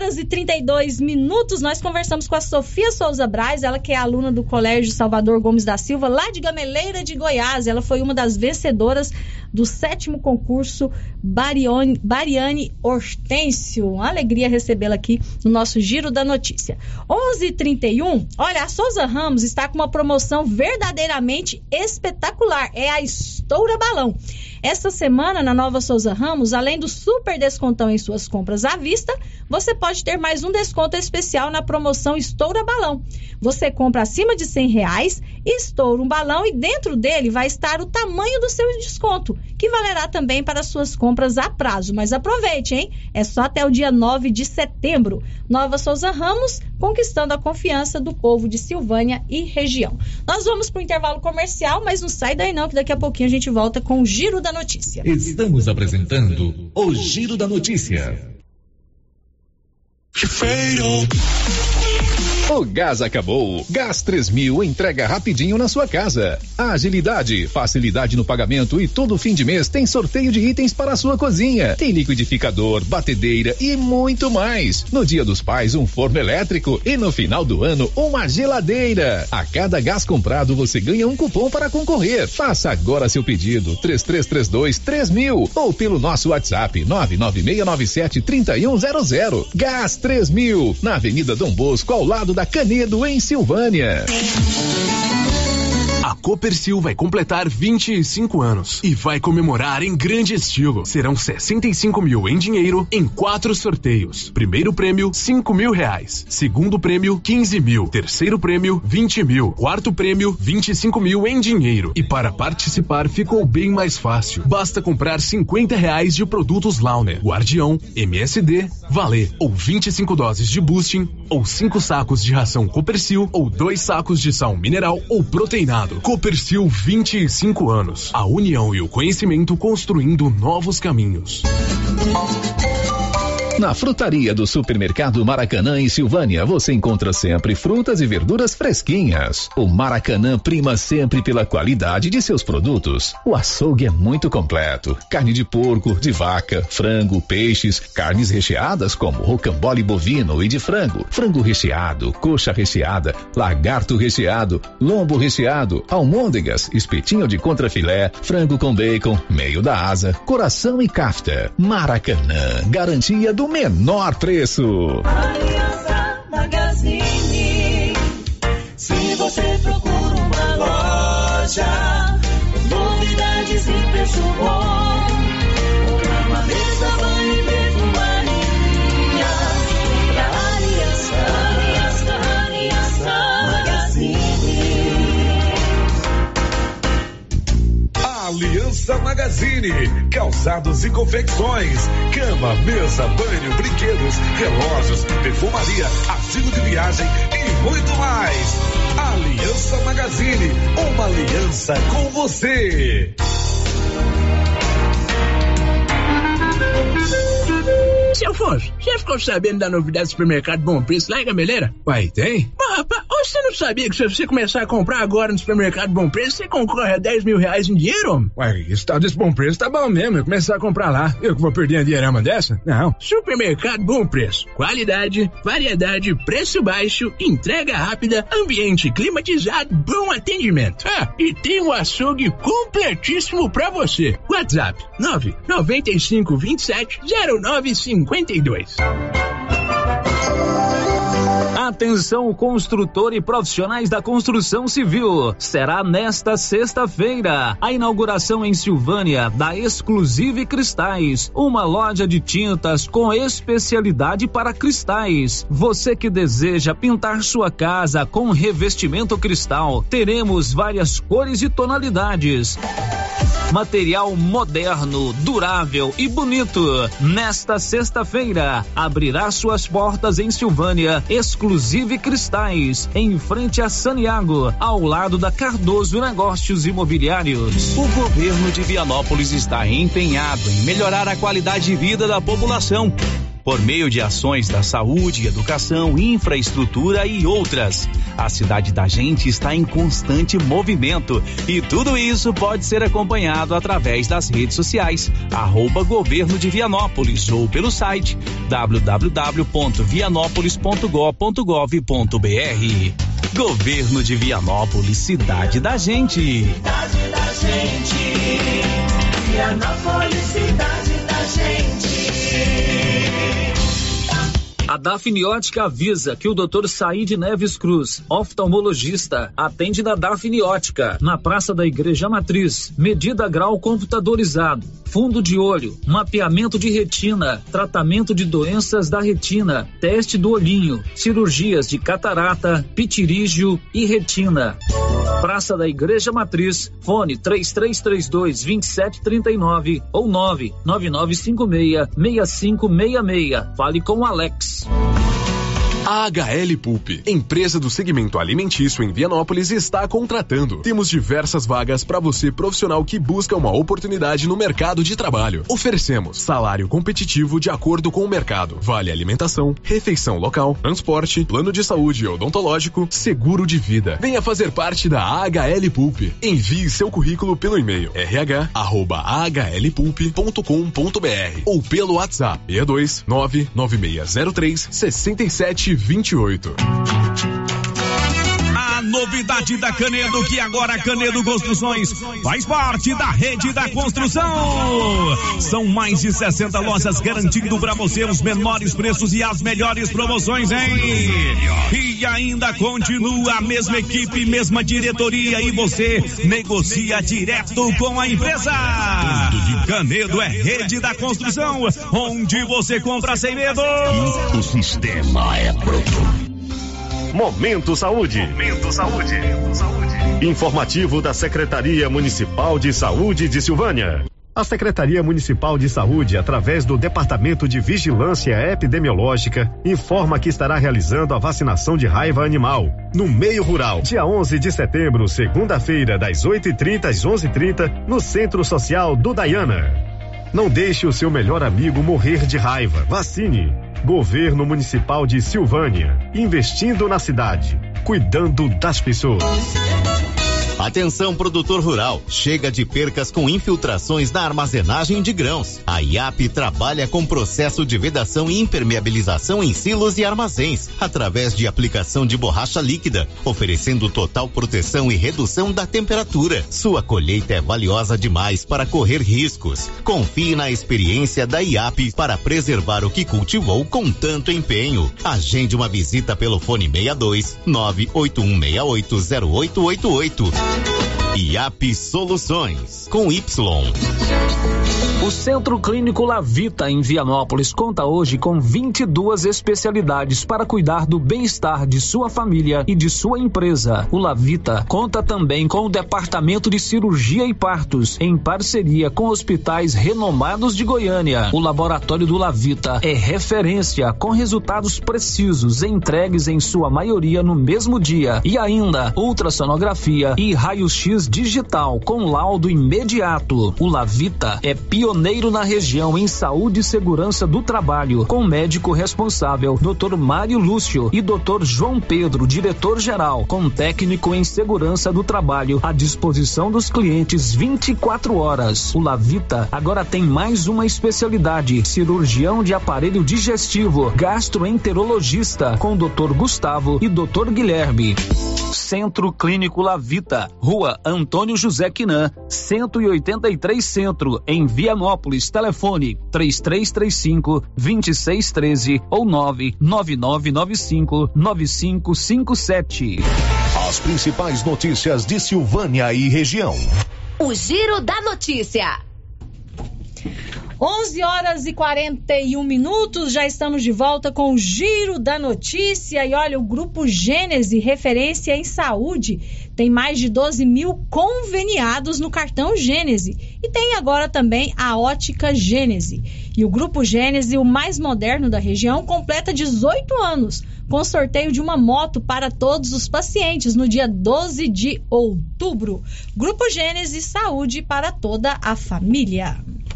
11h32, nós conversamos com a Sofia Souza Braz, ela que é aluna do Colégio Salvador Gomes da Silva, lá de Gameleira de Goiás. Ela foi uma das vencedoras do 7º concurso Bariane Hortêncio. Uma alegria recebê-la aqui no nosso Giro da Notícia. 11h31, olha, a Souza Ramos está com uma promoção verdadeiramente espetacular. É a Estoura Balão. Esta semana, na Nova Souza Ramos, além do super descontão em suas compras à vista, você pode ter mais um desconto especial na promoção Estoura Balão. Você compra acima de R$100, estoura um balão e dentro dele vai estar o tamanho do seu desconto, que valerá também para suas compras a prazo. Mas aproveite, hein? É só até o dia 9 de setembro. Nova Souza Ramos, conquistando a confiança do povo de Silvânia e região. Nós vamos para o intervalo comercial, mas não sai daí não, que daqui a pouquinho a gente volta com o Giro da Notícia. Estamos apresentando o Giro da Notícia. O gás acabou. Gás 3000 entrega rapidinho na sua casa. Agilidade, facilidade no pagamento e todo fim de mês tem sorteio de itens para a sua cozinha. Tem liquidificador, batedeira e muito mais. No Dia dos Pais, um forno elétrico e no final do ano, uma geladeira. A cada gás comprado, você ganha um cupom para concorrer. Faça agora seu pedido 3332-3000 ou pelo nosso WhatsApp 99697-3100. Gás 3000, na Avenida Dom Bosco, ao lado da Canedo, em Silvânia. A Copercil vai completar 25 anos e vai comemorar em grande estilo. Serão 65 mil em dinheiro em 4 sorteios. Primeiro prêmio, R$5.000. Segundo prêmio, 15 mil. Terceiro prêmio, 20 mil. Quarto prêmio, 25 mil em dinheiro. E para participar ficou bem mais fácil. Basta comprar R$50 de produtos Launer, Guardião, MSD, Valer, ou 25 doses de boosting, ou 5 sacos de ração Copercil, ou 2 sacos de sal mineral ou proteinado. Copercil, 25 anos. A união e o conhecimento construindo novos caminhos. Na frutaria do Supermercado Maracanã, em Silvânia, você encontra sempre frutas e verduras fresquinhas. O Maracanã prima sempre pela qualidade de seus produtos. O açougue é muito completo. Carne de porco, de vaca, frango, peixes, carnes recheadas como rocambole bovino e de frango, frango recheado, coxa recheada, lagarto recheado, lombo recheado, almôndegas, espetinho de contrafilé, frango com bacon, meio da asa, coração e kafta. Maracanã, garantia do menor preço. Aliança Magazine. Se você procura uma loja, novidades e preço bom, comprar uma mesa, banho e perfumaria, pra Aliança Magazine. Aliança Magazine Magazine, calçados e confecções, cama, mesa, banho, brinquedos, relógios, perfumaria, artigo de viagem e muito mais. Aliança Magazine, uma aliança com você. Seu Afonso, você ficou sabendo da novidade do supermercado Bom Preço lá em Gameleira? Uai, tem? Mas, rapaz, você não sabia que se você começar a comprar agora no supermercado Bom Preço, você concorre a 10 mil reais em dinheiro? Uai, esse tal desse Bom Preço tá bom mesmo, eu começar a comprar lá. Eu que vou perder a dinheirama dessa? Não. Supermercado Bom Preço. Qualidade, variedade, preço baixo, entrega rápida, ambiente climatizado, bom atendimento. E tem um açougue completíssimo pra você. WhatsApp 995270952. Atenção, construtor e profissionais da construção civil. Será nesta sexta-feira a inauguração em Silvânia da Exclusive Cristais, uma loja de tintas com especialidade para cristais. Você que deseja pintar sua casa com revestimento cristal, teremos várias cores e tonalidades. Material moderno, durável e bonito. Nesta sexta-feira, abrirá suas portas em Silvânia, Exclusive Cristais, em frente a Saniago, ao lado da Cardoso Negócios Imobiliários. O governo de Vianópolis está empenhado em melhorar a qualidade de vida da população, por meio de ações da saúde, educação, infraestrutura e outras. A cidade da gente está em constante movimento e tudo isso pode ser acompanhado através das redes sociais, @Governo de Vianópolis ou pelo site www.vianópolis.gov.br. Governo de Vianópolis, cidade da gente. Cidade da gente. Vianópolis, cidade da gente. A Dafniótica avisa que o Dr. Saíde Neves Cruz, oftalmologista, atende na Dafniótica, na Praça da Igreja Matriz. Medida grau computadorizado, fundo de olho, mapeamento de retina, tratamento de doenças da retina, teste do olhinho, cirurgias de catarata, pitirígio e retina. Praça da Igreja Matriz, fone 3332-2739 ou 99956-6566. Fale com o Alex. A HL Pulp, empresa do segmento alimentício em Vianópolis, está contratando. Temos diversas vagas para você profissional que busca uma oportunidade no mercado de trabalho. Oferecemos salário competitivo de acordo com o mercado, vale alimentação, refeição local, transporte, plano de saúde odontológico, seguro de vida. Venha fazer parte da HL Pulp. Envie seu currículo pelo e-mail rh@hlpulp.com.br ou pelo WhatsApp 62 99603 6728. A novidade da Canedo, que agora a Canedo Construções faz parte da rede da construção. São mais de 60 lojas garantindo para você os menores preços e as melhores promoções, hein? E ainda continua a mesma equipe, mesma diretoria e você negocia direto com a empresa. Canedo é rede da construção, onde você compra sem medo. O sistema é pronto. Momento Saúde. Momento Saúde. Informativo da Secretaria Municipal de Saúde de Silvânia. A Secretaria Municipal de Saúde, através do Departamento de Vigilância Epidemiológica, informa que estará realizando a vacinação de raiva animal no meio rural, dia 11 de setembro, segunda-feira, das 8h30 às 11h30, no Centro Social do Dayana. Não deixe o seu melhor amigo morrer de raiva. Vacine. Governo Municipal de Silvânia, investindo na cidade, cuidando das pessoas. Atenção, produtor rural, chega de percas com infiltrações na armazenagem de grãos. A IAP trabalha com processo de vedação e impermeabilização em silos e armazéns, através de aplicação de borracha líquida, oferecendo total proteção e redução da temperatura. Sua colheita é valiosa demais para correr riscos. Confie na experiência da IAP para preservar o que cultivou com tanto empenho. Agende uma visita pelo fone 62 981680888. IAP Soluções, com Y. O Centro Clínico Lavita, em Vianópolis, conta hoje com 22 especialidades para cuidar do bem-estar de sua família e de sua empresa. O Lavita conta também com o Departamento de Cirurgia e Partos, em parceria com hospitais renomados de Goiânia. O Laboratório do Lavita é referência, com resultados precisos, entregues em sua maioria no mesmo dia. E ainda, ultrassonografia e raio-x digital, com laudo imediato. O Lavita é pioneiro na região em saúde e segurança do trabalho, com médico responsável, Dr. Mário Lúcio, e Dr. João Pedro, diretor-geral, com técnico em segurança do trabalho, à disposição dos clientes 24 horas. O Lavita agora tem mais uma especialidade: cirurgião de aparelho digestivo, gastroenterologista, com Dr. Gustavo e Dr. Guilherme. Centro Clínico Lavita, Rua Antônio José Quinan, 183 Centro, em Vianópolis. Telefone 3335-2613 ou 99995-9557. As principais notícias de Silvânia e região. O Giro da Notícia. 11h41, já estamos de volta com o Giro da Notícia. E olha, o Grupo Gênese, referência em saúde, tem mais de 12 mil conveniados no cartão Gênese. E tem agora também a Ótica Gênese. E o Grupo Gênese, o mais moderno da região, completa 18 anos, com sorteio de uma moto para todos os pacientes no dia 12 de outubro. Grupo Gênese, saúde para toda a família.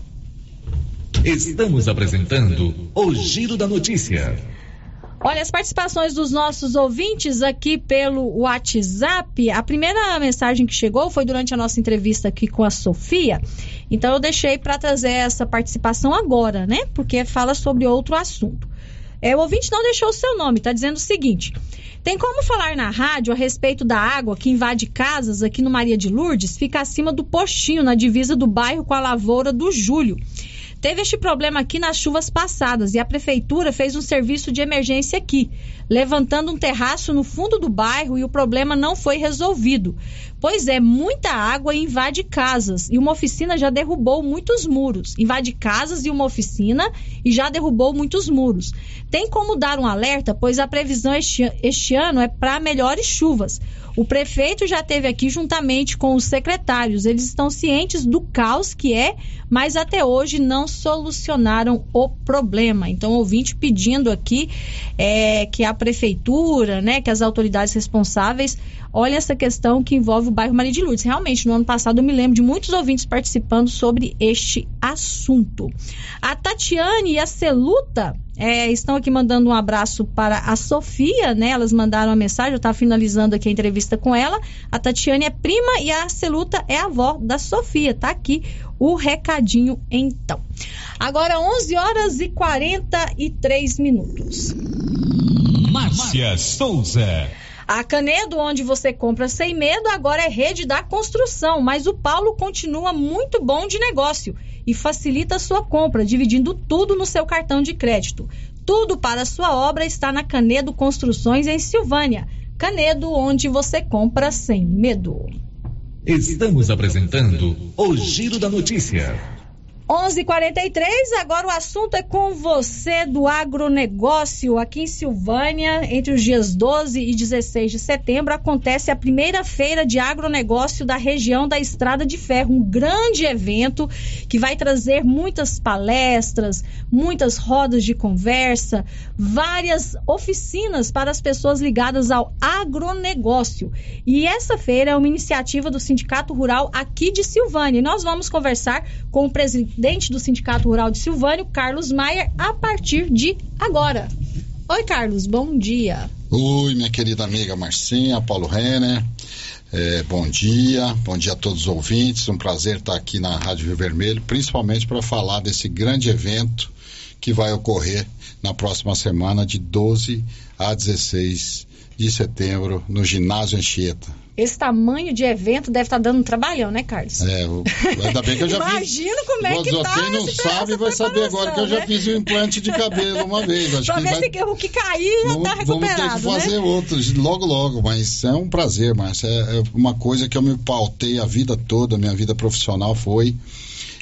Estamos apresentando o Giro da Notícia. Olha, as participações dos nossos ouvintes aqui pelo WhatsApp. A primeira mensagem que chegou foi durante a nossa entrevista aqui com a Sofia. Então eu deixei para trazer essa participação agora, né? Porque fala sobre outro assunto. O ouvinte não deixou o seu nome, está dizendo o seguinte: tem como falar na rádio a respeito da água que invade casas aqui no Maria de Lourdes? Fica acima do postinho, na divisa do bairro com a Lavoura do Júlio. Teve este problema aqui nas chuvas passadas e a prefeitura fez um serviço de emergência aqui, levantando um terraço no fundo do bairro, e o problema não foi resolvido. Pois é, muita água invade casas e uma oficina já derrubou muitos muros. Invade casas e uma oficina e já derrubou muitos muros. Tem como dar um alerta, pois a previsão este ano é para melhores chuvas. O prefeito já esteve aqui juntamente com os secretários. Eles estão cientes do caos que é, mas até hoje não solucionaram o problema. Então, o ouvinte pedindo aqui que a prefeitura, né, que as autoridades responsáveis olhem essa questão que envolve o bairro Maria de Lourdes. Realmente, no ano passado eu me lembro de muitos ouvintes participando sobre este assunto. A Tatiane e a Celuta estão aqui mandando um abraço para a Sofia, né? Elas mandaram uma mensagem, eu estava finalizando aqui a entrevista com ela. A Tatiane é prima e a Celuta é a avó da Sofia. Tá aqui o recadinho, então. Agora 11h43. Márcia Souza. A Canedo, onde você compra sem medo, agora é rede da construção, mas o Paulo continua muito bom de negócio e facilita a sua compra, dividindo tudo no seu cartão de crédito. Tudo para a sua obra está na Canedo Construções, em Silvânia. Canedo, onde você compra sem medo. Estamos apresentando o Giro da Notícia. 11h43, agora o assunto é com você do agronegócio. Aqui em Silvânia, entre os dias 12 e 16 de setembro, acontece a primeira feira de agronegócio da região da Estrada de Ferro. Um grande evento que vai trazer muitas palestras, muitas rodas de conversa, várias oficinas para as pessoas ligadas ao agronegócio. E essa feira é uma iniciativa do Sindicato Rural aqui de Silvânia. E nós vamos conversar com o presidente do Sindicato Rural de Silvânia, Carlos Maier, a partir de agora. Oi, Carlos, bom dia. Oi, minha querida amiga Marcinha, Paulo Renner, bom dia a todos os ouvintes, um prazer estar aqui na Rádio Rio Vermelho, principalmente para falar desse grande evento que vai ocorrer na próxima semana, de 12 a 16 de setembro, no Ginásio Anchieta. Esse tamanho de evento deve estar dando um trabalhão, né, Carlos? Ainda bem que eu já Imagino como é que tá. Quem não sabe vai saber agora, que eu já fiz um implante de cabelo uma vez. Acho pra ver se o que cair já tá recuperado, vamos ter que fazer outros logo, mas é um prazer, Márcia. É uma coisa que eu me pautei a vida toda, minha vida profissional foi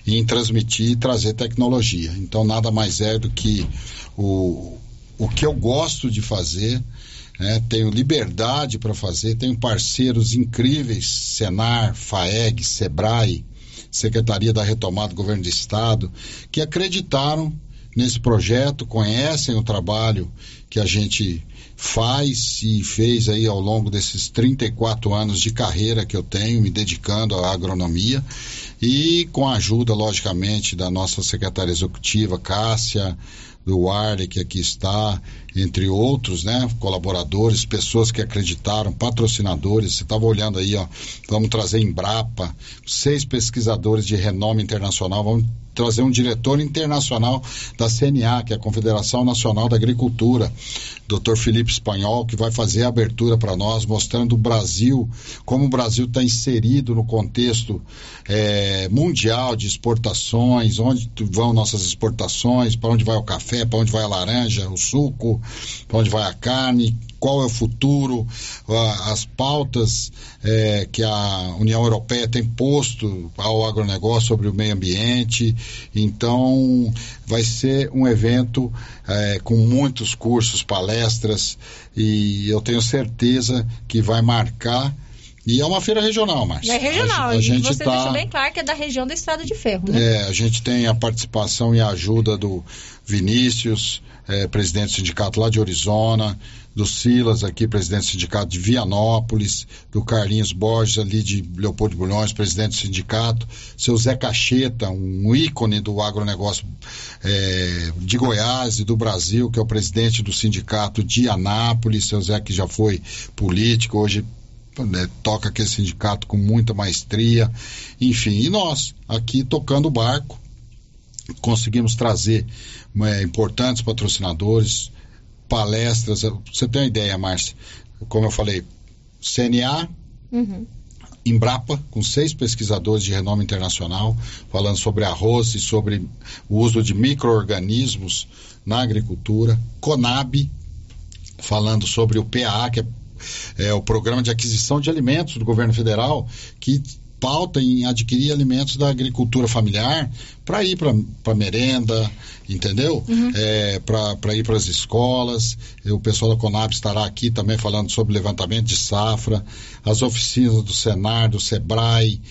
em transmitir e trazer tecnologia. Então, nada mais é do que o que eu gosto de fazer, né? Tenho liberdade para fazer, tenho parceiros incríveis, Senar, FAEG, Sebrae, Secretaria da Retomada do Governo do Estado, que acreditaram nesse projeto, conhecem o trabalho que a gente faz e fez aí ao longo desses 34 anos de carreira que eu tenho, me dedicando à agronomia, e com a ajuda, logicamente, da nossa secretária executiva, Cássia, do Warley, que aqui está, entre outros, né, colaboradores, pessoas que acreditaram, patrocinadores. Você estava olhando aí, ó, vamos trazer Embrapa, 6 pesquisadores de renome internacional, vamos trazer um diretor internacional da CNA, que é a Confederação Nacional da Agricultura, Dr. Felipe Espanhol, que vai fazer a abertura para nós, mostrando o Brasil, como o Brasil está inserido no contexto mundial de exportações, onde vão nossas exportações, para onde vai o café, para onde vai a laranja, o suco, para onde vai a carne, qual é o futuro, as pautas que a União Europeia tem posto ao agronegócio sobre o meio ambiente. Então, vai ser um evento com muitos cursos, palestras, e eu tenho certeza que vai marcar. E é uma feira regional, Márcia. É regional, a gente você deixou bem claro que é da região da Estrada de Ferro, né? A gente tem a participação e a ajuda do Vinícius, presidente do sindicato lá de Orizona, do Silas aqui, presidente do sindicato de Vianópolis, do Carlinhos Borges ali de Leopoldo de Bulhões, presidente do sindicato, seu Zé Cacheta, um ícone do agronegócio de Goiás e do Brasil, que é o presidente do sindicato de Anápolis, seu Zé que já foi político, hoje toca aquele sindicato com muita maestria, enfim, e nós aqui tocando o barco, conseguimos trazer importantes patrocinadores, palestras. Você tem uma ideia, Márcia? Como eu falei, CNA, Embrapa, com 6 pesquisadores de renome internacional, falando sobre arroz e sobre o uso de micro-organismos na agricultura. Conab, falando sobre o PAA, que é o Programa de Aquisição de Alimentos do Governo Federal, que pauta em adquirir alimentos da agricultura familiar para ir para merenda, entendeu? Para ir para as escolas. O pessoal da Conab estará aqui também falando sobre levantamento de safra, as oficinas do Senar, do Sebrae.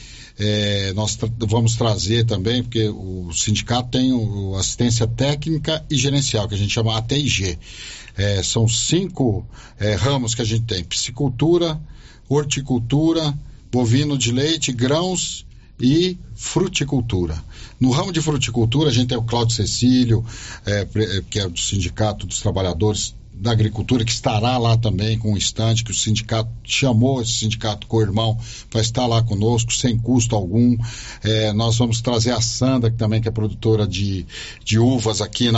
Nós vamos trazer também, porque o sindicato tem assistência técnica e gerencial, que a gente chama ATIG. São 5 ramos que a gente tem: piscicultura, horticultura, bovino de leite, grãos e fruticultura. No ramo de fruticultura, a gente tem o Cláudio Cecílio, que é do Sindicato dos Trabalhadores da Agricultura, que estará lá também com um estande, que o sindicato chamou esse sindicato co-irmão para estar lá conosco, sem custo algum. Nós vamos trazer a Sandra, que também que é produtora de uvas aqui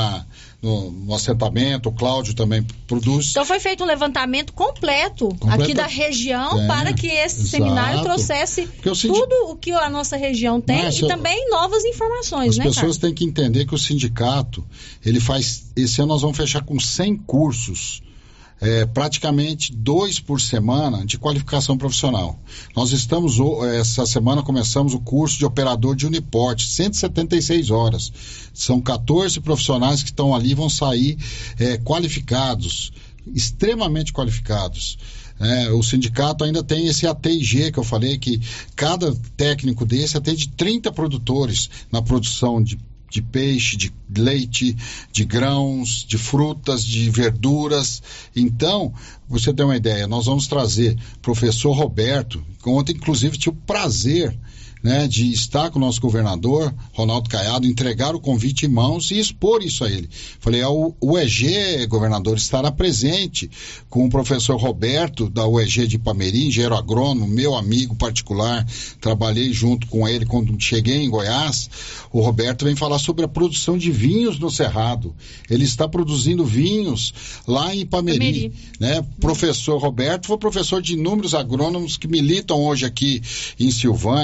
no assentamento. O Cláudio também produz. Então foi feito um levantamento completo aqui da região para que esse seminário trouxesse tudo o que a nossa região tem, e também novas informações, né, As pessoas têm que entender que o sindicato, ele faz, esse ano nós vamos fechar com 100 cursos, praticamente 2 por semana de qualificação profissional. Nós estamos, essa semana começamos o curso de operador de uniporte, 176 horas. São 14 profissionais que estão ali, vão sair qualificados, extremamente qualificados. O sindicato ainda tem esse ATIG que eu falei, que cada técnico desse atende 30 produtores na produção de peixe, de leite, de grãos, de frutas, de verduras. Então, você tem uma ideia, nós vamos trazer o professor Roberto, que ontem inclusive tive o prazer, né, de estar com o nosso governador, Ronaldo Caiado, entregar o convite em mãos e expor isso a ele. Falei, o UEG, governador, estará presente com o professor Roberto, da UEG de Ipameri, engenheiro agrônomo, meu amigo particular, trabalhei junto com ele quando cheguei em Goiás. O Roberto vem falar sobre a produção de vinhos no Cerrado. Ele está produzindo vinhos lá em Ipameri, né? Professor Roberto foi professor de inúmeros agrônomos que militam hoje aqui em Silvânia, inclusive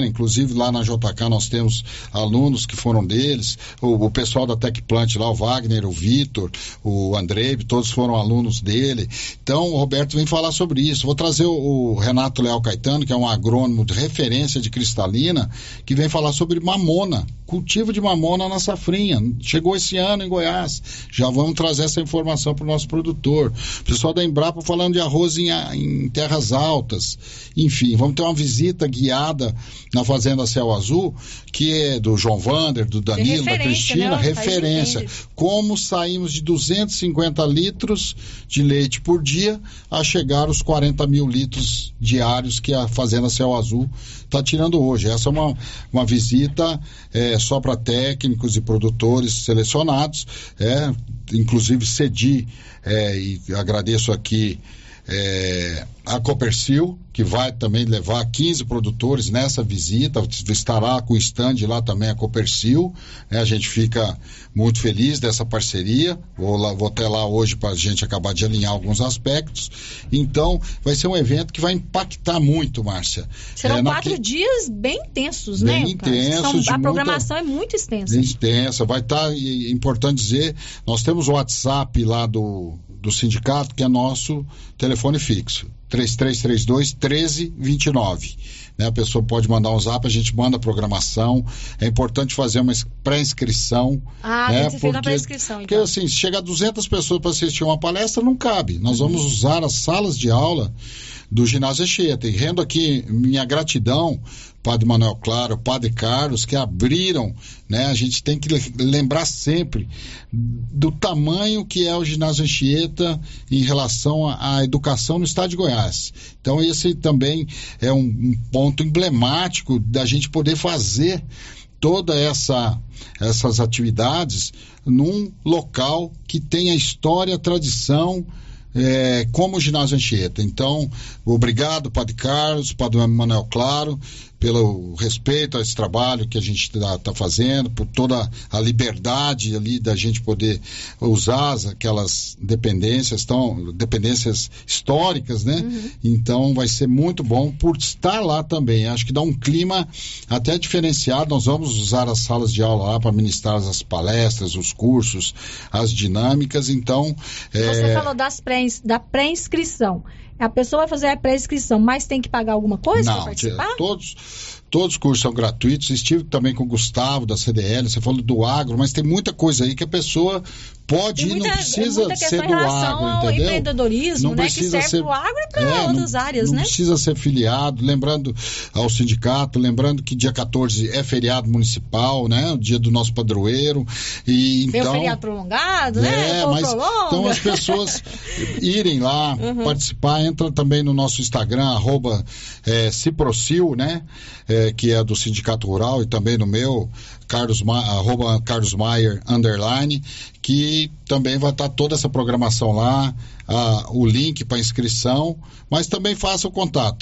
inclusive lá na JK nós temos alunos que foram deles, o pessoal da Tecplant lá, o Wagner, o Vitor, o Andrei, todos foram alunos dele. Então o Roberto vem falar sobre isso. Vou trazer o Renato Leal Caetano, que é um agrônomo de referência de Cristalina, que vem falar sobre mamona, cultivo de mamona na safrinha. Chegou esse ano em Goiás, já vamos trazer essa informação para o nosso produtor. O pessoal da Embrapa falando de arroz em terras altas. Enfim, vamos ter uma visita guiada na Fazenda Céu Azul, que é do João Vander, do Danilo, da Cristina, né? referência. Como saímos de 250 litros de leite por dia a chegar aos 40 mil litros diários que a Fazenda Céu Azul está tirando hoje. Essa é uma visita só para técnicos e produtores selecionados, inclusive cedi e agradeço aqui a Copercil, que vai também levar 15 produtores nessa visita, estará com o stand lá também a Copercil, a gente fica muito feliz dessa parceria, vou até lá hoje para a gente acabar de alinhar alguns aspectos. Então vai ser um evento que vai impactar muito, Márcia. Serão 4 dias bem intensos, né? Bem intensos. A programação é muito extensa. Extensa, vai estar, importante dizer, nós temos o WhatsApp lá do sindicato, que é nosso telefone fixo, 3332-1329. A pessoa pode mandar um zap, a gente manda a programação. É importante fazer uma pré-inscrição. Tem que ser feita a pré-inscrição. Porque assim, se chegar 200 pessoas para assistir uma palestra, não cabe. Nós vamos usar as salas de aula do Ginásio Anchieta. E rendo aqui minha gratidão, Padre Manuel Claro, Padre Carlos, que abriram, a gente tem que lembrar sempre do tamanho que é o Ginásio Anchieta em relação à educação no estado de Goiás. Então esse também é um ponto emblemático da gente poder fazer toda essas atividades num local que tenha história, tradição, como o Ginásio Anchieta. Então, obrigado, Padre Carlos, Padre Manuel Claro, pelo respeito a esse trabalho que a gente está fazendo, por toda a liberdade ali da gente poder usar aquelas dependências históricas, né? Então vai ser muito bom por estar lá também. Acho que dá um clima até diferenciado. Nós vamos usar as salas de aula lá para ministrar as palestras, os cursos, as dinâmicas. Então você falou da pré-inscrição. A pessoa vai fazer a pré-inscrição, mas tem que pagar alguma coisa para participar? Todos os cursos são gratuitos. Estive também com o Gustavo da CDL, você falou do agro, mas tem muita coisa aí que a pessoa pode ir, não precisa ser do agro, ao entendeu? Empreendedorismo, que serve para o agro e para outras áreas, não precisa ser filiado, lembrando ao sindicato, lembrando que dia 14 é feriado municipal, né? O dia do nosso padroeiro. E então, tem o feriado prolongado, né? Então as pessoas irem lá, participar, entra também no nosso Instagram, @Ciprocil, né? Que é do Sindicato Rural, e também no meu, @Carlos Maier _, que também vai estar toda essa programação lá, o link para inscrição, mas também faça o contato,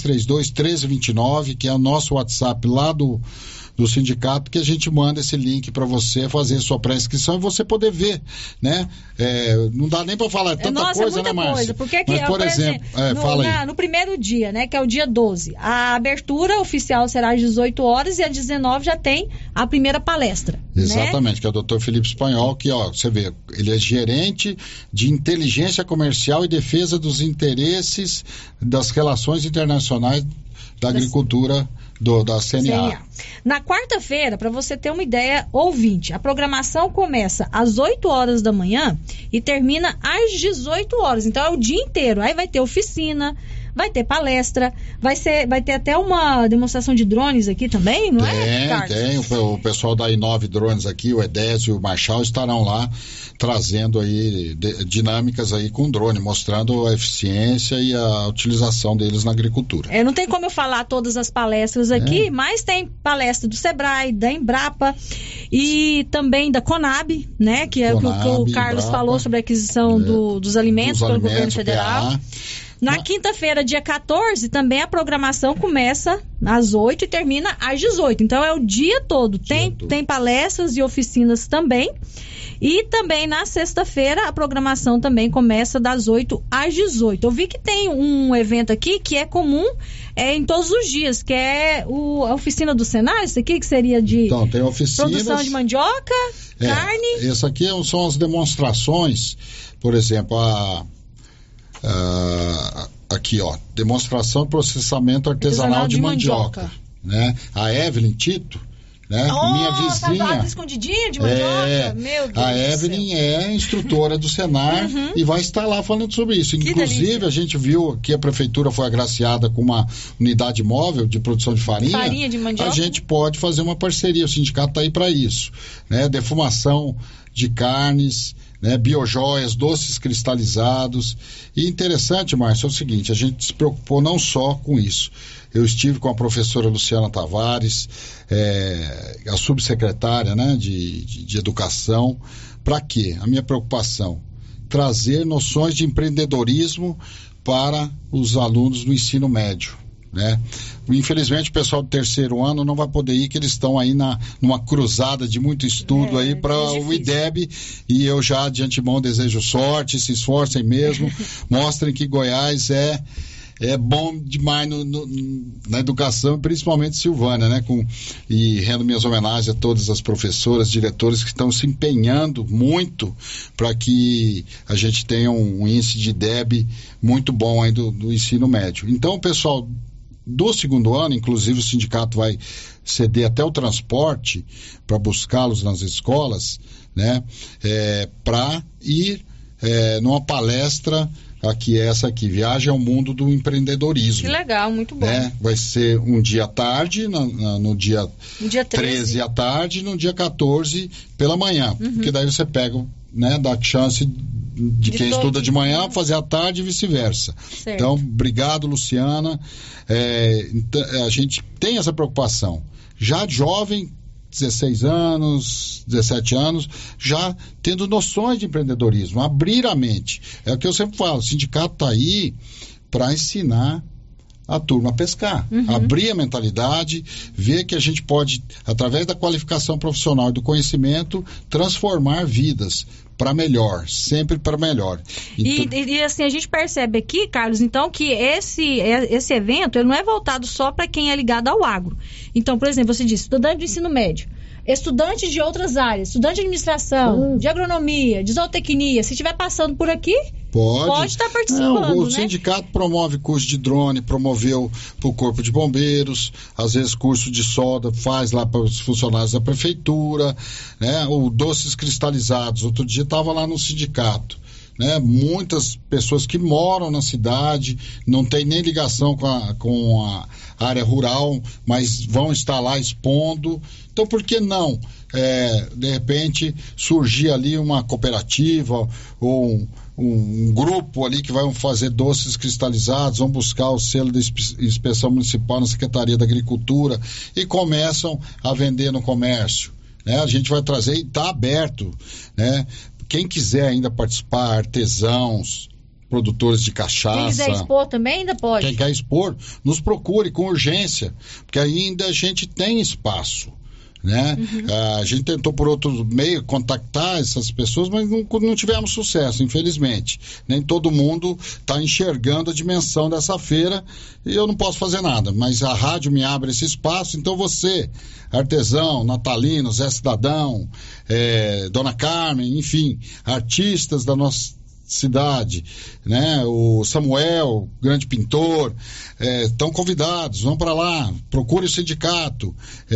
3332-1329, que é o nosso WhatsApp lá do sindicato, que a gente manda esse link para você fazer sua pré-inscrição e você poder ver, né? Não dá nem para falar tanta coisa, né, Márcia? Porque por exemplo, no primeiro dia, né, que é o dia 12, a abertura oficial será às 18 horas e às 19 já tem a primeira palestra. Exatamente, né? Que é o Dr. Felipe Espanhol, que, você vê, ele é gerente de inteligência comercial e defesa dos interesses das relações internacionais da agricultura da CNA. Na quarta-feira, para você ter uma ideia, ouvinte, a programação começa às 8 horas da manhã e termina às 18 horas. Então é o dia inteiro. Aí vai ter oficina, vai ter palestra, vai ter até uma demonstração de drones aqui também, não é, Carlos? Tem. O pessoal da I9 Drones aqui, o Edésio e o Marchal, estarão lá trazendo aí dinâmicas aí com drone, mostrando a eficiência e a utilização deles na agricultura. Não tem como eu falar todas as palestras aqui, mas tem palestra do Sebrae, da Embrapa e também da Conab, né? Que é o que o Carlos falou sobre a aquisição dos alimentos pelo governo federal. Na quinta-feira, dia 14, também a programação começa às 8 e termina às 18. Então é o dia todo. Tem palestras e oficinas também. E também na sexta-feira a programação também começa das 8 às 18. Eu vi que tem um evento aqui que é comum em todos os dias, que é a oficina do Senai, isso aqui que seria de então, tem oficinas, produção de mandioca, carne. Isso aqui são as demonstrações, por exemplo, aqui, ó, demonstração de processamento artesanal de mandioca. Né? A Evelyn Tito, né? Minha vizinha, escondidinha de mandioca, meu Deus, a Evelyn é instrutora do Senar e vai estar lá falando sobre isso. Inclusive, a gente viu que a prefeitura foi agraciada com uma unidade móvel de produção de farinha de mandioca. A gente pode fazer uma parceria, o sindicato está aí para isso, né? Defumação de carnes, né, biojoias, doces cristalizados. E interessante, Márcio, é o seguinte, a gente se preocupou não só com isso. Eu estive com a professora Luciana Tavares, a subsecretária, né, de educação. Para quê? A minha preocupação, trazer noções de empreendedorismo para os alunos do ensino médio. Né? Infelizmente o pessoal do terceiro ano não vai poder ir, que eles estão aí numa cruzada de muito estudo aí para o IDEB, e eu já de antemão desejo sorte, se esforcem mesmo, mostrem que Goiás é bom demais na educação, principalmente Silvânia, né? E rendo minhas homenagens a todas as professoras, diretores que estão se empenhando muito para que a gente tenha um índice de IDEB muito bom aí do ensino médio. Então, pessoal do segundo ano, inclusive o sindicato vai ceder até o transporte para buscá-los nas escolas, né? Para ir numa palestra essa aqui, Viagem ao Mundo do Empreendedorismo. Que legal, muito bom. Né? Vai ser um dia à tarde, no dia 13 à tarde, e no dia 14 pela manhã, porque daí você pega, né, dá chance de quem estuda de manhã fazer à tarde e vice-versa. Certo. Então, obrigado, Luciana. A gente tem essa preocupação. Já jovem, 16 anos, 17 anos, já tendo noções de empreendedorismo, abrir a mente. É o que eu sempre falo, o sindicato está aí para ensinar a turma a pescar, abrir a mentalidade, ver que a gente pode, através da qualificação profissional e do conhecimento, transformar vidas para melhor, sempre para melhor. Então, e assim, a gente percebe aqui, Carlos, então, que esse evento ele não é voltado só para quem é ligado ao agro. Então, por exemplo, você disse, estudante de ensino médio, estudantes de outras áreas, estudante de administração, de agronomia, de zootecnia, se estiver passando por aqui, pode estar participando. O sindicato promove curso de drone, promoveu para o Corpo de Bombeiros, às vezes curso de solda, faz lá para os funcionários da prefeitura, né? O doces cristalizados, outro dia estava lá no sindicato. Né? Muitas pessoas que moram na cidade, não tem nem ligação com a área rural, mas vão estar lá expondo. Então, por que não, de repente, surgir ali uma cooperativa ou um grupo ali que vai fazer doces cristalizados, vão buscar o selo da inspeção municipal na Secretaria da Agricultura e começam a vender no comércio. Né? A gente vai trazer e está aberto, né? Quem quiser ainda participar, artesãos, produtores de cachaça. Quem quiser expor também ainda pode. Quem quer expor, nos procure com urgência, porque ainda a gente tem espaço. Né? A gente tentou por outro meio contactar essas pessoas, mas não tivemos sucesso, infelizmente. Nem todo mundo está enxergando a dimensão dessa feira e eu não posso fazer nada, mas a rádio me abre esse espaço. Então você, artesão, natalino, Zé Cidadão, Dona Carmen, enfim, artistas da nossa cidade, né? O Samuel, grande pintor, estão convidados, vão para lá, procure o sindicato,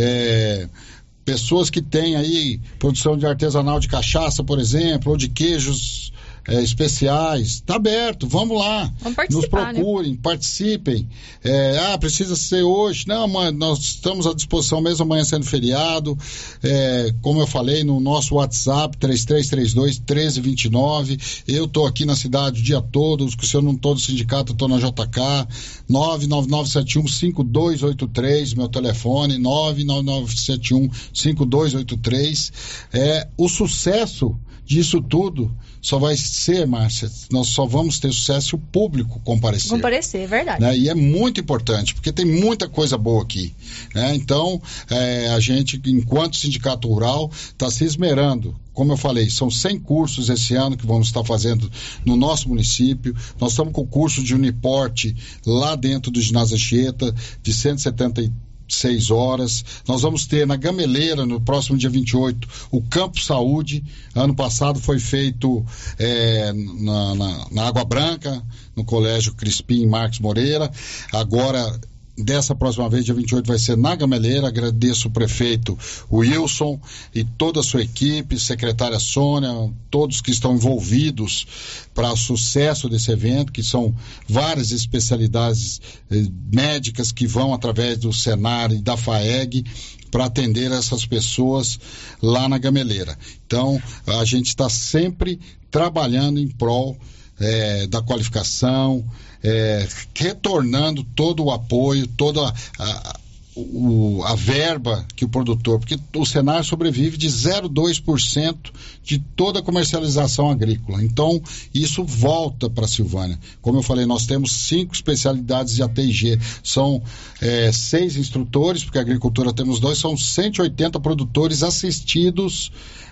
pessoas que têm aí produção de artesanal de cachaça, por exemplo, ou de queijos especiais, está aberto, vamos lá, nos procurem, né? Participem. Precisa ser hoje, não, nós estamos à disposição mesmo amanhã sendo feriado, como eu falei no nosso WhatsApp 3332-1329, eu estou aqui na cidade o dia todo, se eu não estou no sindicato, eu estou na JK, 99971-5283, meu telefone 99971-5283. O sucesso disso tudo só vai ser, Márcia, nós só vamos ter sucesso se o público comparecer. Comparecer, é verdade. Né? E é muito importante, porque tem muita coisa boa aqui. Né? Então, a gente, enquanto Sindicato Rural, está se esmerando. Como eu falei, são 100 cursos esse ano que vamos estar fazendo no nosso município. Nós estamos com o curso de Uniporte lá dentro do ginásio Anchieta, de 176 horas. Nós vamos ter na Gameleira, no próximo dia 28, o Campo Saúde. Ano passado foi feito na Água Branca, no Colégio Crispim Marques Moreira. Agora, dessa próxima vez, dia 28, vai ser na Gameleira. Agradeço o prefeito Wilson e toda a sua equipe, secretária Sônia, todos que estão envolvidos para o sucesso desse evento, que são várias especialidades médicas que vão através do Senar e da FAEG para atender essas pessoas lá na Gameleira. Então, a gente está sempre trabalhando em prol da qualificação, retornando todo o apoio, toda a verba que o produtor, porque o Senar sobrevive de 0,2% de toda a comercialização agrícola. Então, isso volta para a Silvânia. Como eu falei, nós temos 5 especialidades de AT&G, são 6 instrutores, porque a agricultura temos 2, são 180 produtores assistidos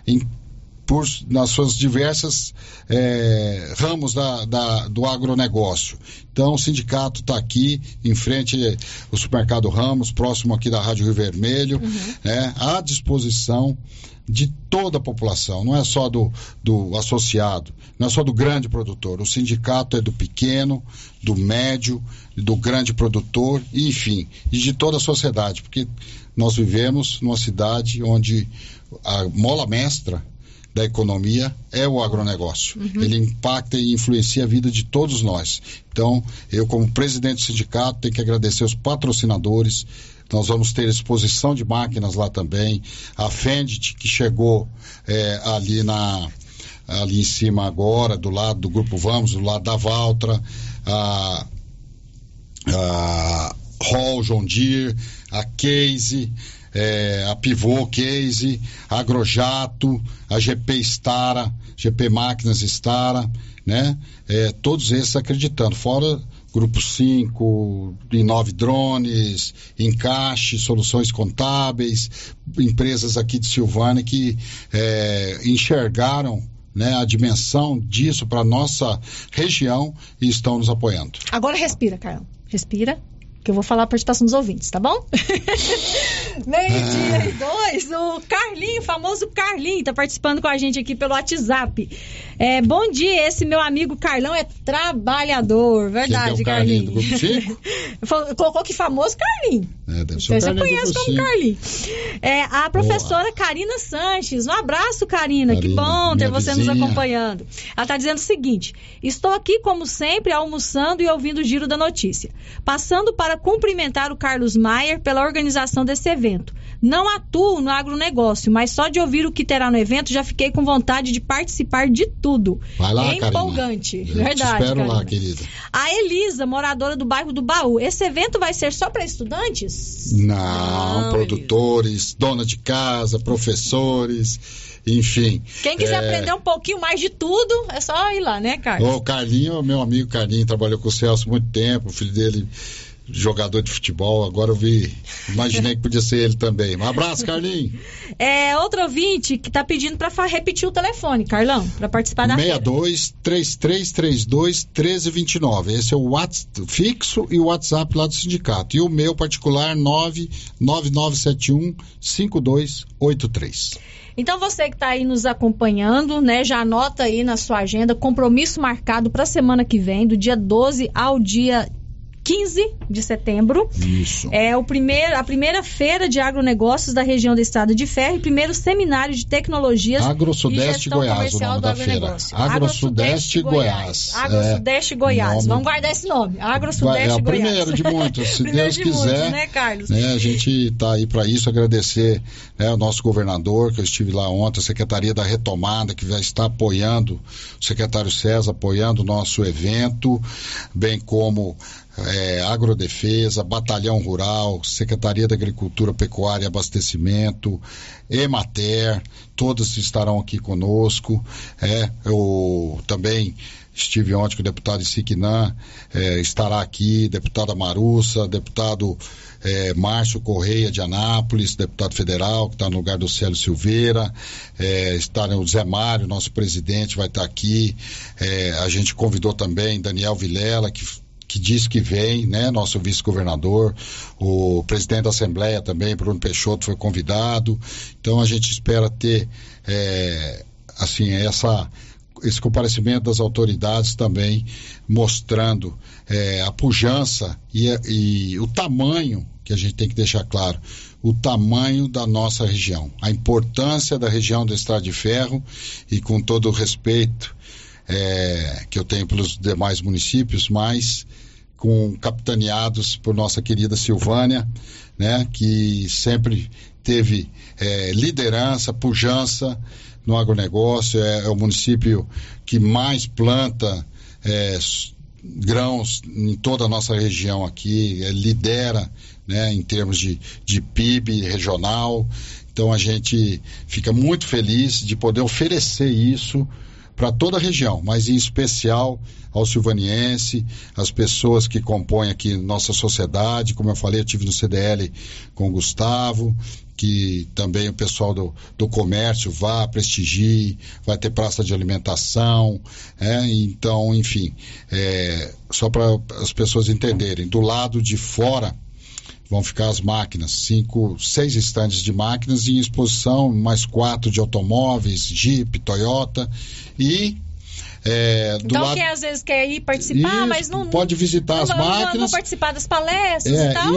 nas suas diversas ramos do agronegócio. Então, o sindicato está aqui, em frente ao supermercado Ramos, próximo aqui da Rádio Rio Vermelho, à disposição de toda a população, não é só do associado, não é só do grande produtor. O sindicato é do pequeno, do médio, do grande produtor, enfim, e de toda a sociedade, porque nós vivemos numa cidade onde a mola mestra da economia é o agronegócio. Ele impacta e influencia a vida de todos nós. Então, eu como presidente do sindicato tenho que agradecer os patrocinadores. Nós vamos ter exposição de máquinas lá também. A Fendt, que chegou ali em cima agora, do lado do Grupo Vamos, do lado da Valtra, a Hall John Deere, a Case, a Pivô Case, a Agrojato, a GP Stara, GP Máquinas Stara, né? Todos esses acreditando, fora Grupo 5, Inove Drones, Encaixe, Soluções Contábeis, empresas aqui de Silvânia que enxergaram, né, a dimensão disso para nossa região e estão nos apoiando. Agora respira, Carlão. Respira, que eu vou falar a participação dos ouvintes, tá bom? Meio-dia e 2, o Carlinho, o famoso Carlinho, tá participando com a gente aqui pelo WhatsApp. Bom dia, esse meu amigo Carlão é trabalhador, verdade, Carlinho? Do Grupo 5? Colocou que famoso Carlinho. Deve ser você conhece como Carlinho. A professora Karina Sanches, um abraço, Karina, que bom ter você nos acompanhando. Ela tá dizendo o seguinte: estou aqui como sempre almoçando e ouvindo o Giro da Notícia, passando para cumprimentar o Carlos Maier pela organização desse evento. Não atuo no agronegócio, mas só de ouvir o que terá no evento já fiquei com vontade de participar de tudo. Vai lá, é empolgante. Karina. Verdade, te espero Karina. lá, querida. A Elisa, moradora do bairro do Baú. Esse evento vai ser só para estudantes? Não, produtores, Elisa. Dona de casa, professores, enfim. Quem quiser aprender um pouquinho mais de tudo, é só ir lá, né, Carlos? O Carlinho, meu amigo Carlinho, trabalhou com o Celso há muito tempo, o filho dele jogador de futebol, agora eu imaginei que podia ser ele também. Um abraço, Carlinho. Outro ouvinte que tá pedindo para repetir o telefone, Carlão, para participar da 62-3332-1329. Esse é o WhatsApp fixo e o WhatsApp lá do sindicato. E o meu particular, 99971-5283. Então você que está aí nos acompanhando, né, já anota aí na sua agenda, compromisso marcado para a semana que vem, do dia 12 ao dia 15 de setembro. Isso. A primeira feira de agronegócios da região da Estrada de Ferro e primeiro seminário de tecnologias Agro-Sudeste Goiás, o nome da feira. Agro-Sudeste Goiás. Agro-Sudeste Goiás. Vamos guardar esse nome. Agro-Sudeste Goiás. É o primeiro de muitos, se Deus quiser. Muitos, né, Carlos? A gente está aí para isso, agradecer, né, ao nosso governador, que eu estive lá ontem, a Secretaria da Retomada, que vai estar apoiando, o secretário César apoiando o nosso evento, bem como Agrodefesa, Batalhão Rural, Secretaria da Agricultura, Pecuária e Abastecimento, Emater, todos estarão aqui conosco. Eu também estive ontem com o deputado Isiquinã, estará aqui, deputada Marussa, deputado Márcio Correia de Anápolis, deputado federal, que está no lugar do Célio Silveira, está o Zé Mário, nosso presidente, vai estar aqui. A gente convidou também Daniel Vilela, que disse que vem, né, nosso vice-governador, o presidente da Assembleia também, Bruno Peixoto, foi convidado. Então a gente espera ter esse comparecimento das autoridades também mostrando a pujança e o tamanho, que a gente tem que deixar claro, o tamanho da nossa região, a importância da região da Estrada de Ferro, e com todo o respeito que eu tenho pelos demais municípios, mas capitaneados por nossa querida Silvânia, né, que sempre teve liderança, pujança no agronegócio, é o município que mais planta grãos em toda a nossa região aqui, lidera, né, em termos de PIB regional. Então a gente fica muito feliz de poder oferecer isso para toda a região, mas em especial ao silvaniense, as pessoas que compõem aqui nossa sociedade. Como eu falei, eu estive no CDL com o Gustavo, que também o pessoal do comércio prestigie, vai ter praça de alimentação, então, enfim, só para as pessoas entenderem, do lado de fora vão ficar as máquinas, 6 estandes de máquinas em exposição, mais 4 de automóveis, Jeep, Toyota, e então quem às vezes quer ir participar, isso, mas não pode visitar as máquinas, não participar das palestras e tal, e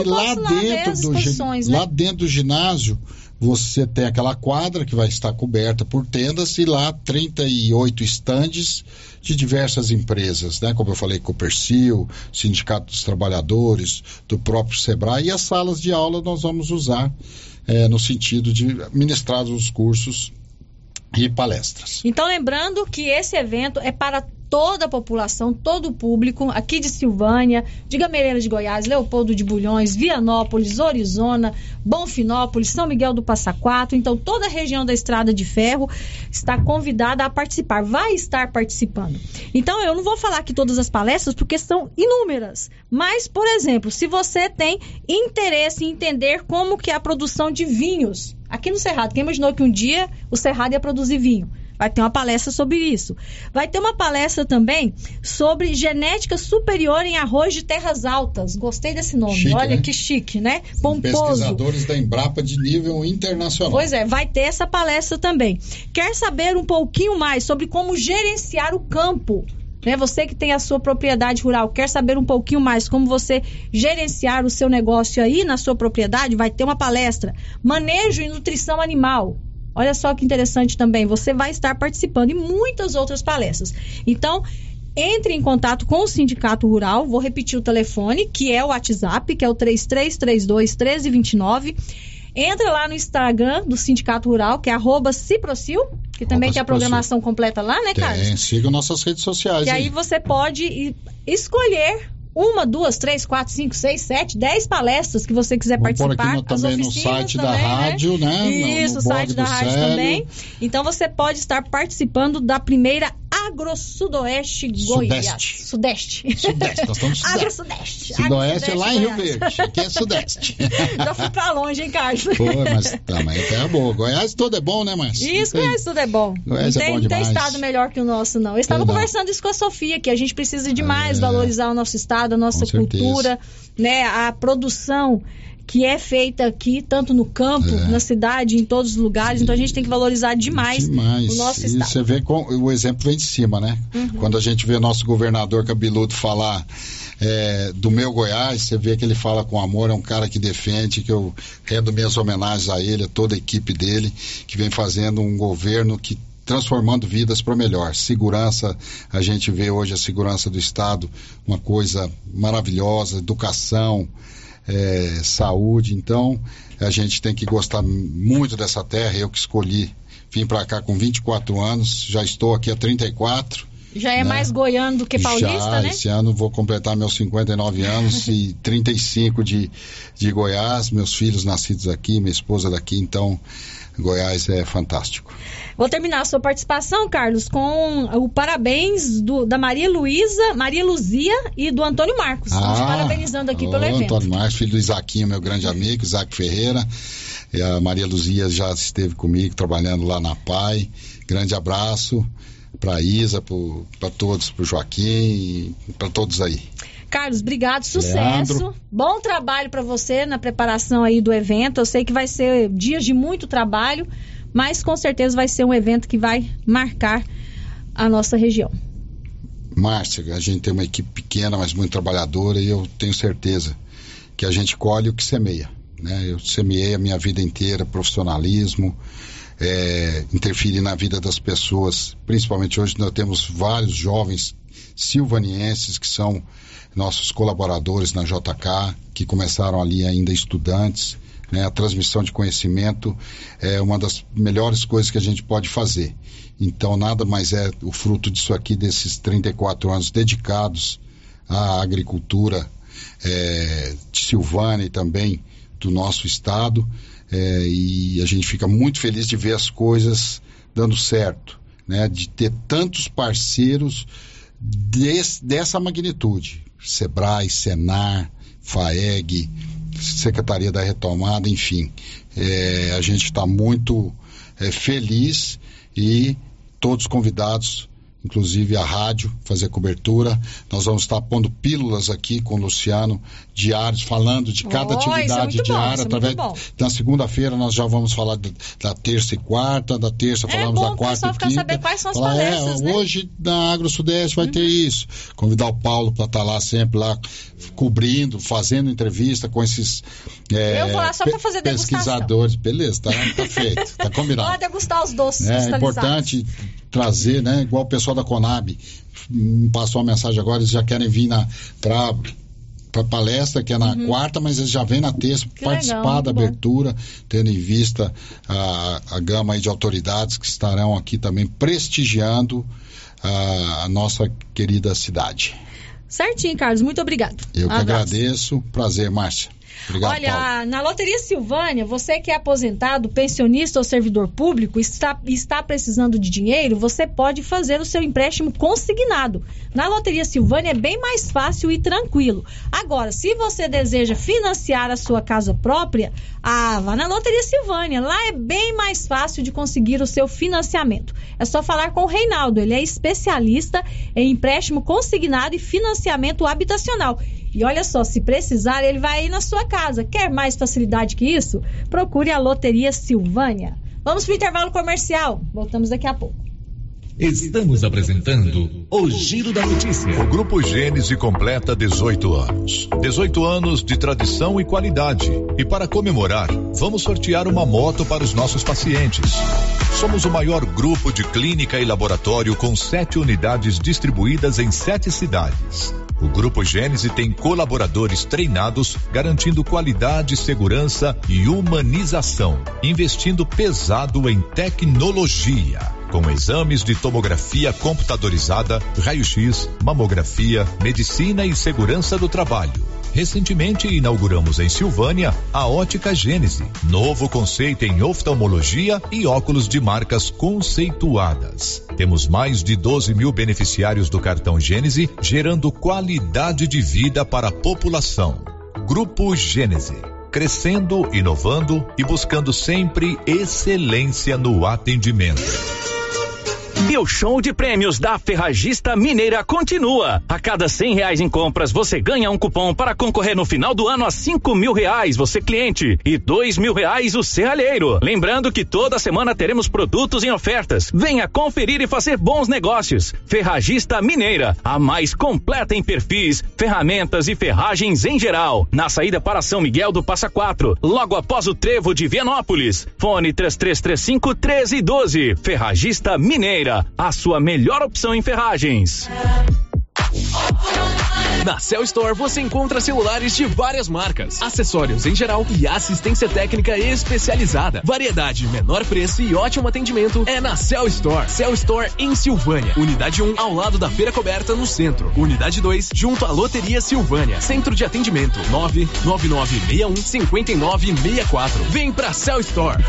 lá dentro do ginásio você tem aquela quadra que vai estar coberta por tendas, e lá 38 estandes de diversas empresas, né? Como eu falei, Copercil, Sindicato dos Trabalhadores, do próprio Sebrae, e as salas de aula nós vamos usar no sentido de ministrar os cursos e palestras. Então, lembrando que esse evento é para toda a população, todo o público aqui de Silvânia, de Gameleira de Goiás, Leopoldo de Bulhões, Vianópolis, Orizona, Bonfinópolis, São Miguel do Passa Quatro. Então toda a região da Estrada de Ferro está convidada a participar, vai estar participando. Então eu não vou falar aqui todas as palestras porque são inúmeras, mas, por exemplo, se você tem interesse em entender como que é a produção de vinhos aqui no Cerrado, quem imaginou que um dia o Cerrado ia produzir vinho? Vai ter uma palestra sobre isso. Vai ter uma palestra também sobre genética superior em arroz de terras altas. Gostei desse nome. Chique, olha, né? Que chique, né? Pomposo. Pesquisadores da Embrapa de nível internacional. Pois é, vai ter essa palestra também. Quer saber um pouquinho mais sobre como gerenciar o campo? Né? Você que tem a sua propriedade rural, quer saber um pouquinho mais como você gerenciar o seu negócio aí na sua propriedade? Vai ter uma palestra. Manejo e nutrição animal. Olha só que interessante também, você vai estar participando, e muitas outras palestras. Então, entre em contato com o Sindicato Rural, vou repetir o telefone, que é o WhatsApp, que é o 3332-1329. Entra lá no Instagram do Sindicato Rural, que é @Ciprocil, que também tem a programação completa lá, né, Carlos? Siga nossas redes sociais. E aí você pode escolher 1, 2, 3, 4, 5, 6, 7, 10 palestras que você quiser participar. Aqui também no site da rádio, né? Isso, o site da rádio também. Então você pode estar participando da primeira Agro-Sudoeste Goiás. Sudeste. Nós estamos no Agro-Sudeste. Sudoeste é lá em Rio Verde, aqui é Sudeste. Já fui pra longe, hein, Carlos? Pô, mas também é terra boa. Goiás todo é bom, né, Márcio? Isso, Goiás tudo é bom. Goiás não é bom tem demais. estado melhor que o nosso, não. Eu estava conversando isso com a Sofia, que a gente precisa demais valorizar o nosso estado, a nossa cultura, né? A produção que é feita aqui, tanto no campo, na cidade, em todos os lugares. Então a gente tem que valorizar demais. O nosso estado. E você vê o exemplo vem de cima, né? Quando a gente vê nosso governador cabeludo falar do meu Goiás, você vê que ele fala com amor, é um cara que defende, que eu rendo minhas homenagens a ele, a toda a equipe dele, que vem fazendo um governo que transformando vidas para melhor. Segurança, a gente vê hoje a segurança do estado, uma coisa maravilhosa, educação, saúde. Então a gente tem que gostar muito dessa terra. Eu que escolhi, vim para cá com 24 anos, já estou aqui há 34, Já é mais goiano do que paulista, né? Esse ano vou completar meus 59 anos e 35 de Goiás, meus filhos nascidos aqui, minha esposa daqui, então Goiás é fantástico. Vou terminar a sua participação, Carlos, com o parabéns da Maria Luzia e do Antônio Marcos. Estamos parabenizando aqui pelo evento. Antônio Marcos, filho do Isaquinho, meu grande amigo, Isaac Ferreira. E a Maria Luzia já esteve comigo trabalhando lá na PAI. Grande abraço para a Isa, para todos, para o Joaquim e para todos aí. Carlos, obrigado, sucesso. Leandro. Bom trabalho para você na preparação aí do evento. Eu sei que vai ser dias de muito trabalho, mas com certeza vai ser um evento que vai marcar a nossa região. Márcia, a gente tem uma equipe pequena, mas muito trabalhadora, e eu tenho certeza que a gente colhe o que semeia, né? Eu semeei a minha vida inteira, profissionalismo, interferir na vida das pessoas, principalmente hoje nós temos vários jovens silvanienses que são nossos colaboradores na JK, que começaram ali ainda estudantes, né? A transmissão de conhecimento é uma das melhores coisas que a gente pode fazer. Então nada mais é o fruto disso aqui, desses 34 anos dedicados à agricultura de Silvânia e também do nosso estado, e a gente fica muito feliz de ver as coisas dando certo, né? De ter tantos parceiros dessa magnitude, Sebrae, Senar, FAEG, Secretaria da Retomada, enfim, a gente está muito feliz, e todos convidados, inclusive a rádio, fazer cobertura. Nós vamos estar pondo pílulas aqui com o Luciano, diários, falando de cada atividade diária. Através da segunda-feira nós já vamos falar da terça e quarta, da terça falamos da quarta e quinta. Saber quais são as palestras, né? Hoje na Agro Sudeste vai ter isso. Convidar o Paulo para estar lá sempre, lá cobrindo, fazendo entrevista com esses eu vou lá só para fazer pesquisadores. Beleza, tá feito, tá combinado. Pode degustar os doces É importante trazer, né? Igual o pessoal da Conab me passou uma mensagem agora, eles já querem vir para palestra, que é na quarta, mas eles já vêm na terça participar da abertura, tendo em vista a gama aí de autoridades que estarão aqui também prestigiando a nossa querida cidade. Certinho, Carlos, muito obrigado. Eu que agradeço, prazer, Márcia. Obrigado, Olha, Paulo. Na Loteria Silvânia, você que é aposentado, pensionista ou servidor público, está precisando de dinheiro, você pode fazer o seu empréstimo consignado. Na Loteria Silvânia é bem mais fácil e tranquilo. Agora, se você deseja financiar a sua casa própria, vá na Loteria Silvânia. Lá é bem mais fácil de conseguir o seu financiamento. É só falar com o Reinaldo, ele é especialista em empréstimo consignado e financiamento habitacional. E olha só, se precisar, ele vai aí na sua casa. Quer mais facilidade que isso? Procure a Loteria Silvânia. Vamos para o intervalo comercial. Voltamos daqui a pouco. Estamos apresentando o Giro da Notícia. O Grupo Gênese completa 18 anos. 18 anos de tradição e qualidade. E para comemorar, vamos sortear uma moto para os nossos pacientes. Somos o maior grupo de clínica e laboratório com 7 unidades distribuídas em 7 cidades. O Grupo Gênese tem colaboradores treinados, garantindo qualidade, segurança e humanização, investindo pesado em tecnologia, com exames de tomografia computadorizada, raio-x, mamografia, medicina e segurança do trabalho. Recentemente inauguramos em Silvânia a Ótica Gênese, novo conceito em oftalmologia e óculos de marcas conceituadas. Temos mais de 12 mil beneficiários do cartão Gênese, gerando qualidade de vida para a população. Grupo Gênese, crescendo, inovando e buscando sempre excelência no atendimento. E o show de prêmios da Ferragista Mineira continua. A cada R$100 em compras, você ganha um cupom para concorrer no final do ano a R$5.000, você cliente, e R$2.000 o serralheiro. Lembrando que toda semana teremos produtos em ofertas. Venha conferir e fazer bons negócios. Ferragista Mineira, a mais completa em perfis, ferramentas e ferragens em geral. Na saída para São Miguel do Passa Quatro, logo após o trevo de Vianópolis. Fone 3335-1312. Ferragista Mineira, a sua melhor opção em ferragens. Na Cell Store você encontra celulares de várias marcas, acessórios em geral e assistência técnica especializada. Variedade, menor preço e ótimo atendimento é na Cell Store. Cell Store em Silvânia. Unidade 1 ao lado da Feira Coberta no centro. Unidade 2 junto à Loteria Silvânia. Centro de atendimento 99961-5964. Vem pra Cell Store.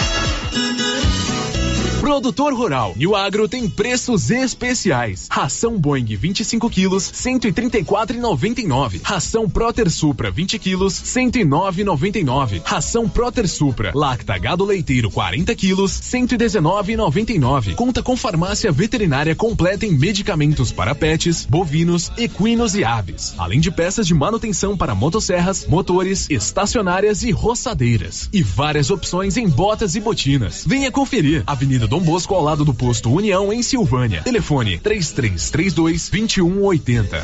Produtor Rural. E o Agro tem preços especiais. Ração Boeing 25 quilos, R$134,99. Ração Proter Supra 20 quilos, R$109,99. Ração Proter Supra Lacta Gado Leiteiro 40 quilos, R$119,99. Conta com farmácia veterinária completa em medicamentos para pets, bovinos, equinos e aves. Além de peças de manutenção para motosserras, motores, estacionárias e roçadeiras. E várias opções em botas e botinas. Venha conferir. Avenida Dom Bosco, ao lado do posto União, em Silvânia. Telefone 3332-2180.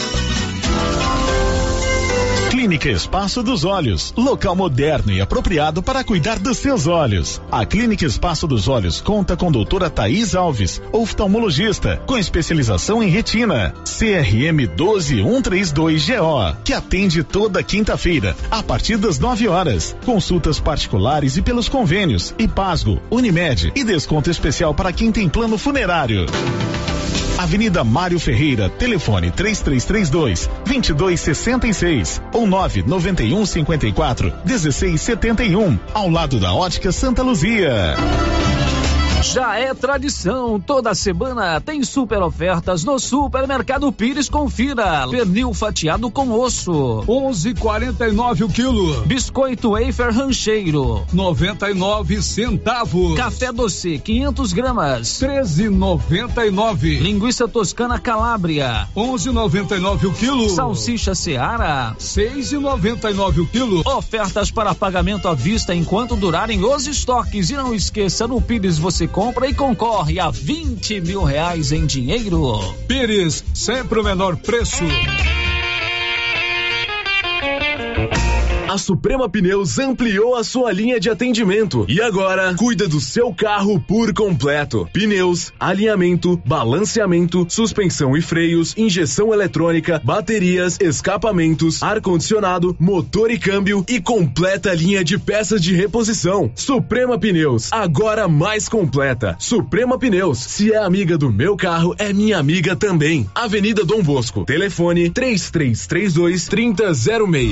Clínica Espaço dos Olhos, local moderno e apropriado para cuidar dos seus olhos. A Clínica Espaço dos Olhos conta com doutora Thaís Alves, oftalmologista, com especialização em retina, CRM 12132GO, que atende toda quinta-feira, a partir das 9 horas. Consultas particulares e pelos convênios, Ipasgo, Unimed e desconto especial para quem tem plano funerário. Avenida Mário Ferreira, telefone 3332-2266 ou 99154-1671, ao lado da Ótica Santa Luzia. Já é tradição, toda semana tem super ofertas no Supermercado Pires. Confira: pernil fatiado com osso 11,49 o quilo. Biscoito wafer rancheiro 99 centavos. Café doce 500 gramas 13,99. Linguiça toscana Calábria 11,99 o quilo. Salsicha Seara 6,99 o quilo. Ofertas para pagamento à vista enquanto durarem os estoques. E não esqueça, no Pires você compra e concorre a R$20 mil em dinheiro. Pires, sempre o menor preço. A Suprema Pneus ampliou a sua linha de atendimento e agora cuida do seu carro por completo. Pneus, alinhamento, balanceamento, suspensão e freios, injeção eletrônica, baterias, escapamentos, ar-condicionado, motor e câmbio e completa linha de peças de reposição. Suprema Pneus, agora mais completa. Suprema Pneus, se é amiga do meu carro, é minha amiga também. Avenida Dom Bosco, telefone 3332-3006.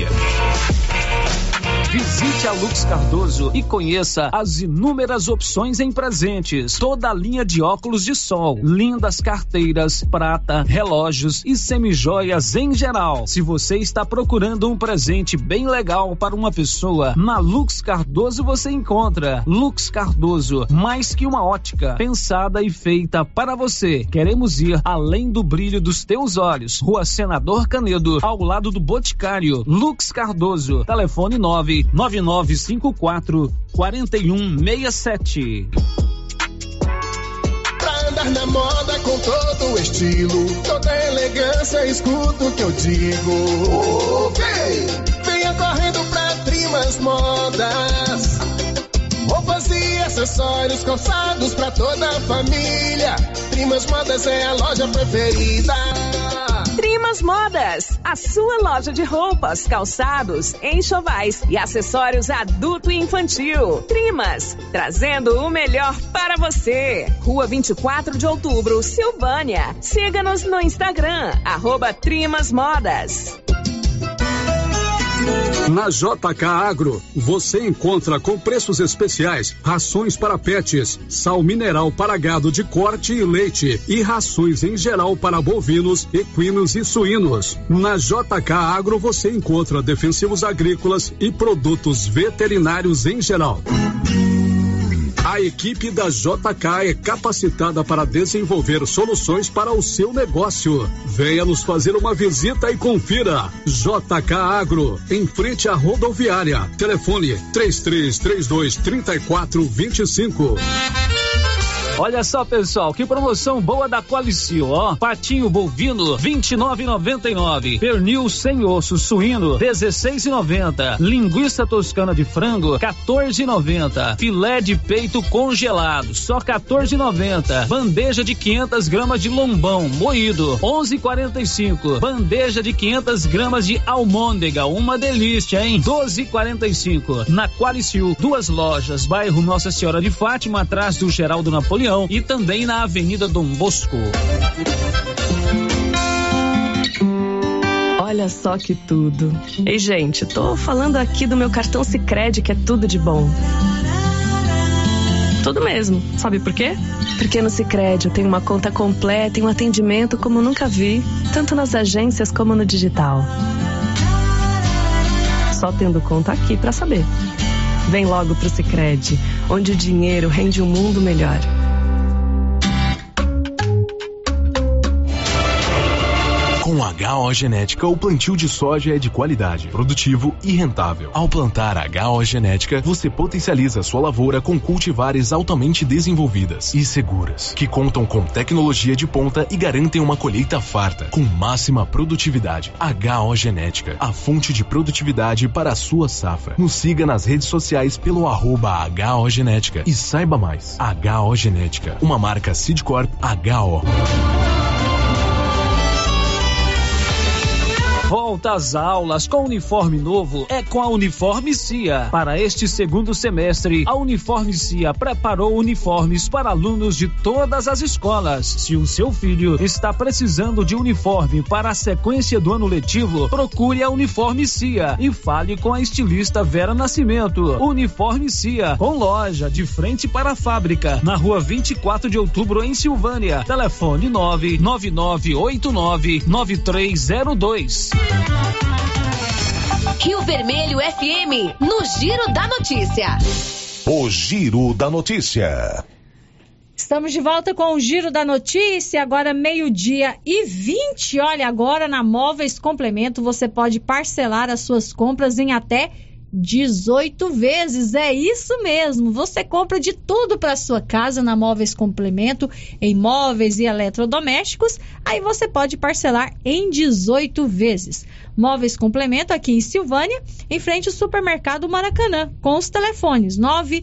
Visite a Lux Cardoso e conheça as inúmeras opções em presentes. Toda a linha de óculos de sol, lindas carteiras, prata, relógios e semijoias em geral. Se você está procurando um presente bem legal para uma pessoa, na Lux Cardoso você encontra. Lux Cardoso, mais que uma ótica, pensada e feita para você. Queremos ir além do brilho dos teus olhos. Rua Senador Canedo, ao lado do Boticário. Lux Cardoso, telefone 99954-4167. Pra andar na moda com todo o estilo, toda elegância, escuta o que eu digo. Ok! Venha correndo pra Trimas Modas. Roupas e acessórios, calçados pra toda a família. Trimas Modas é a loja preferida. Trimas Modas, a sua loja de roupas, calçados, enxovais e acessórios adulto e infantil. Trimas, trazendo o melhor para você. Rua 24 de Outubro, Silvânia. Siga-nos no Instagram, @Trimas Modas. Na JK Agro, você encontra com preços especiais rações para pets, sal mineral para gado de corte e leite e rações em geral para bovinos, equinos e suínos. Na JK Agro você encontra defensivos agrícolas e produtos veterinários em geral. A equipe da JK é capacitada para desenvolver soluções para o seu negócio. Venha nos fazer uma visita e confira. JK Agro, em frente à rodoviária. Telefone 3332-3425. Olha só, pessoal, que promoção boa da Qualicil, ó. Patinho bovino, R$29,99. Pernil sem osso suíno, R$16,90. Linguiça toscana de frango, R$14,90. Filé de peito congelado, só R$14,90. Bandeja de 500 gramas de lombão moído, R$11,45. Bandeja de 500 gramas de almôndega, uma delícia, hein? R$12,45. Na Qualicil, 2 lojas, bairro Nossa Senhora de Fátima, atrás do Geraldo Napoleão, e também na Avenida Dom Bosco. Olha só que tudo. Ei, gente, tô falando aqui do meu cartão Sicredi, que é tudo de bom. Tudo mesmo. Sabe por quê? Porque no Sicredi eu tenho uma conta completa e um atendimento como nunca vi, tanto nas agências como no digital. Só tendo conta aqui pra saber. Vem logo pro Sicredi, onde o dinheiro rende um mundo melhor. Com a HO Genética, o plantio de soja é de qualidade, produtivo e rentável. Ao plantar a HO Genética, você potencializa sua lavoura com cultivares altamente desenvolvidas e seguras, que contam com tecnologia de ponta e garantem uma colheita farta, com máxima produtividade. HO Genética, a fonte de produtividade para a sua safra. Nos siga nas redes sociais pelo @HO Genética e saiba mais. HO Genética, uma marca Seedcorp HO. Volta às aulas com uniforme novo é com a Uniforme Cia. Para este segundo semestre, a Uniforme Cia preparou uniformes para alunos de todas as escolas. Se o seu filho está precisando de uniforme para a sequência do ano letivo, procure a Uniforme Cia e fale com a estilista Vera Nascimento. Uniforme Cia, com loja de frente para a fábrica, na rua 24 de outubro, em Silvânia. Telefone 999899302. Rio Vermelho FM, no Giro da Notícia. O Giro da Notícia. Estamos de volta com o Giro da Notícia, agora 12:20. Olha, agora na Móveis Complemento você pode parcelar as suas compras em até 18 vezes, é isso mesmo, você compra de tudo para sua casa na Móveis Complemento, em móveis e eletrodomésticos, aí você pode parcelar em 18 vezes. Móveis Complemento aqui em Silvânia, em frente ao Supermercado Maracanã, com os telefones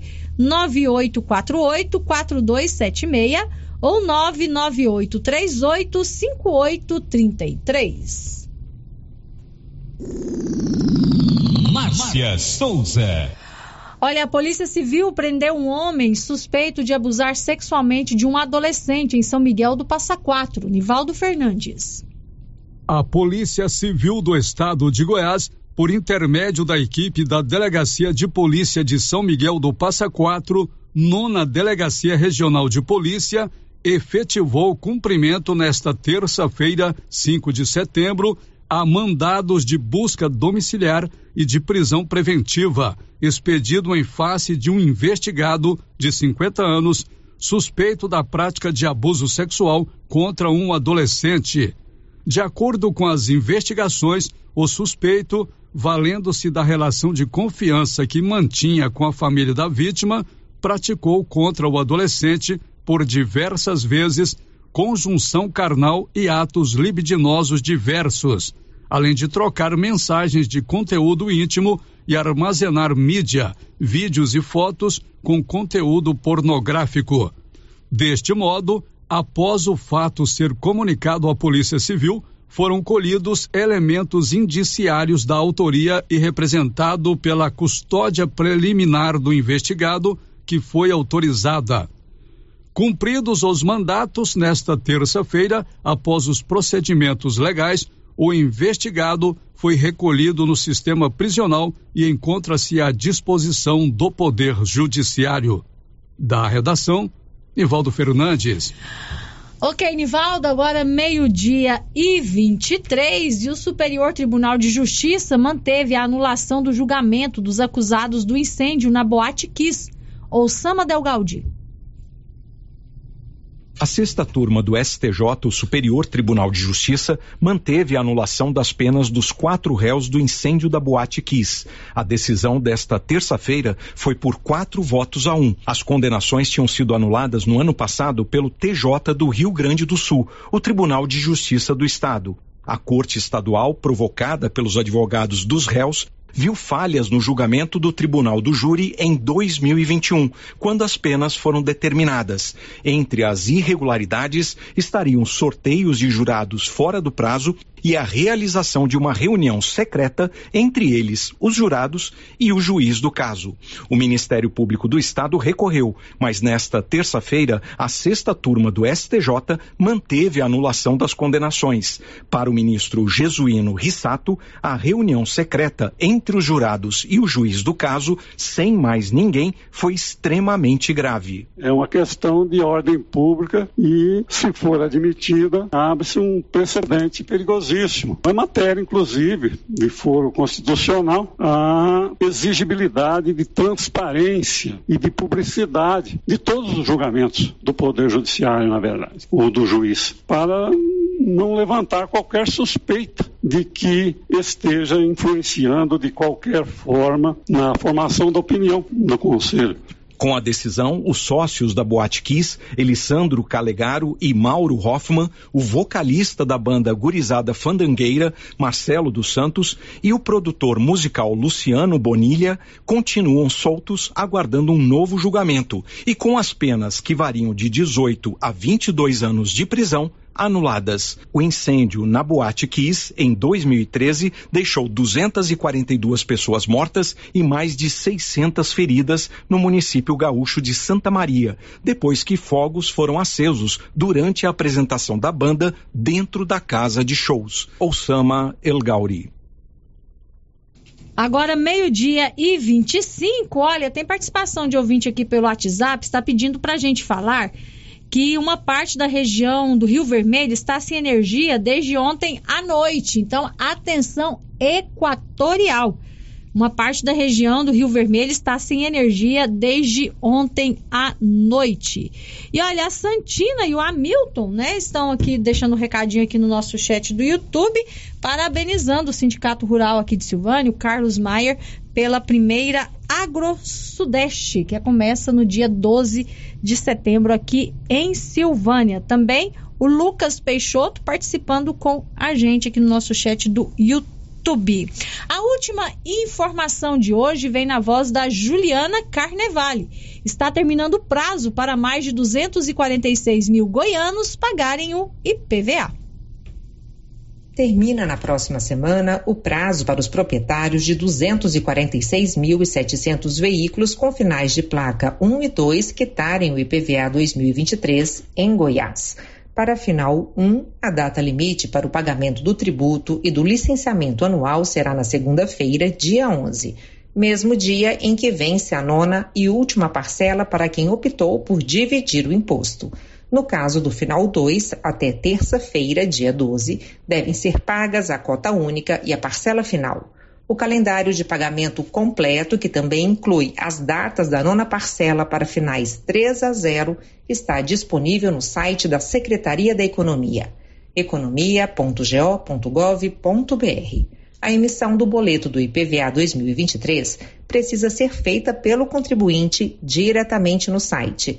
99848-4276 ou 99838-5833. Márcia Souza. Olha, a Polícia Civil prendeu um homem suspeito de abusar sexualmente de um adolescente em São Miguel do Passa Quatro, Nivaldo Fernandes. A Polícia Civil do Estado de Goiás, por intermédio da equipe da Delegacia de Polícia de São Miguel do Passa Quatro, 9ª Delegacia Regional de Polícia, efetivou o cumprimento nesta terça-feira, 5 de setembro, a mandados de busca domiciliar e de prisão preventiva, expedido em face de um investigado de 50 anos, suspeito da prática de abuso sexual contra um adolescente. De acordo com as investigações, o suspeito, valendo-se da relação de confiança que mantinha com a família da vítima, praticou contra o adolescente, por diversas vezes, conjunção carnal e atos libidinosos diversos, além de trocar mensagens de conteúdo íntimo e armazenar mídia, vídeos e fotos com conteúdo pornográfico. Deste modo, após o fato ser comunicado à Polícia Civil, foram colhidos elementos indiciários da autoria e representado pela custódia preliminar do investigado, que foi autorizada. Cumpridos os mandatos, nesta terça-feira, após os procedimentos legais, o investigado foi recolhido no sistema prisional e encontra-se à disposição do Poder Judiciário. Da redação, Nivaldo Fernandes. Ok, Nivaldo, agora 12:23 e o Superior Tribunal de Justiça manteve a anulação do julgamento dos acusados do incêndio na Boate Kiss, ou Sama Del Gaudi. A sexta turma do STJ, o Superior Tribunal de Justiça, manteve a anulação das penas dos 4 réus do incêndio da Boate Kiss. A decisão desta terça-feira foi por 4-1. As condenações tinham sido anuladas no ano passado pelo TJ do Rio Grande do Sul, o Tribunal de Justiça do Estado. A Corte Estadual, provocada pelos advogados dos réus, viu falhas no julgamento do Tribunal do Júri em 2021, quando as penas foram determinadas. Entre as irregularidades estariam sorteios de jurados fora do prazo e a realização de uma reunião secreta entre eles, os jurados e o juiz do caso. O Ministério Público do Estado recorreu, mas nesta terça-feira, a sexta turma do STJ manteve a anulação das condenações. Para o ministro Jesuíno Rissato, a reunião secreta entre os jurados e o juiz do caso, sem mais ninguém, foi extremamente grave. É uma questão de ordem pública e, se for admitida, abre-se um precedente perigosíssimo. É matéria, inclusive, de foro constitucional, a exigibilidade de transparência e de publicidade de todos os julgamentos do Poder Judiciário, na verdade, ou do juiz, para não levantar qualquer suspeita de que esteja influenciando de qualquer forma na formação da opinião do Conselho. Com a decisão, os sócios da Boate Kiss, Elisandro Calegaro e Mauro Hoffman, o vocalista da banda Gurizada Fandangueira, Marcelo dos Santos, e o produtor musical Luciano Bonilha, continuam soltos aguardando um novo julgamento e com as penas que variam de 18 a 22 anos de prisão anuladas. O incêndio na Boate Kiss, em 2013, deixou 242 pessoas mortas e mais de 600 feridas no município gaúcho de Santa Maria, depois que fogos foram acesos durante a apresentação da banda dentro da casa de shows. Oussama El Gauri. Agora, 12:25, olha, tem participação de ouvinte aqui pelo WhatsApp, está pedindo pra gente falar que uma parte da região do Rio Vermelho está sem energia desde ontem à noite. Então, atenção equatorial. Uma parte da região do Rio Vermelho está sem energia desde ontem à noite. E olha, a Santina e o Hamilton, né, estão aqui deixando um recadinho aqui no nosso chat do YouTube, parabenizando o Sindicato Rural aqui de Silvânia, o Carlos Maier, pela primeira Agro-Sudeste, que começa no dia 12 de setembro aqui em Silvânia. Também o Lucas Peixoto participando com a gente aqui no nosso chat do YouTube. A última informação de hoje vem na voz da Juliana Carnevale. Está terminando o prazo para mais de 246 mil goianos pagarem o IPVA. Termina na próxima semana o prazo para os proprietários de 246.700 veículos com finais de placa 1 e 2 quitarem o IPVA 2023 em Goiás. Para a final 1, a data limite para o pagamento do tributo e do licenciamento anual será na segunda-feira, dia 11, mesmo dia em que vence a 9ª e última parcela para quem optou por dividir o imposto. No caso do final 2, até terça-feira, dia 12, devem ser pagas a cota única e a parcela final. O calendário de pagamento completo, que também inclui as datas da 9ª parcela para finais 3 a 0, está disponível no site da Secretaria da Economia, economia.go.gov.br. A emissão do boleto do IPVA 2023 precisa ser feita pelo contribuinte diretamente no site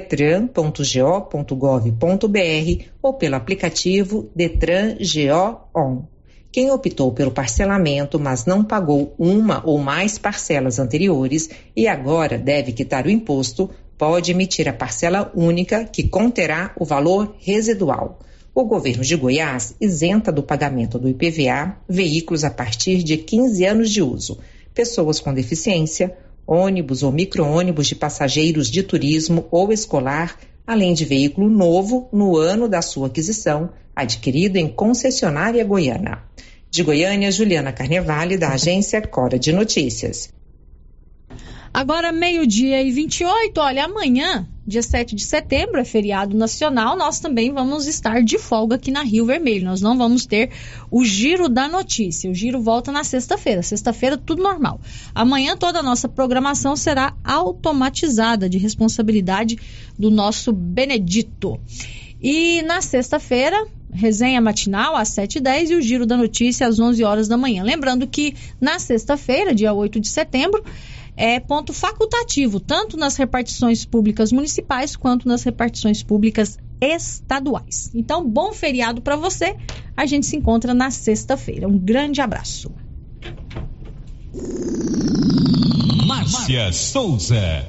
detran.go.gov.br ou pelo aplicativo Detran Go On. Quem optou pelo parcelamento, mas não pagou uma ou mais parcelas anteriores e agora deve quitar o imposto, pode emitir a parcela única que conterá o valor residual. O governo de Goiás isenta do pagamento do IPVA veículos a partir de 15 anos de uso, pessoas com deficiência, ônibus ou micro-ônibus de passageiros de turismo ou escolar, além de veículo novo no ano da sua aquisição, adquirido em concessionária goiana. De Goiânia, Juliana Carnevale, da agência Cora de Notícias. Agora, 12:28, olha, amanhã, dia 7 de setembro, é feriado nacional, nós também vamos estar de folga aqui na Rio Vermelho. Nós não vamos ter o Giro da Notícia. O Giro volta na sexta-feira. Sexta-feira, tudo normal. Amanhã, toda a nossa programação será automatizada, de responsabilidade do nosso Benedito. E na sexta-feira, resenha matinal às 7h10 e o Giro da Notícia às 11 horas da manhã. Lembrando que na sexta-feira, dia 8 de setembro, é ponto facultativo, tanto nas repartições públicas municipais quanto nas repartições públicas estaduais. Então, bom feriado para você. A gente se encontra na sexta-feira. Um grande abraço. Márcia Souza.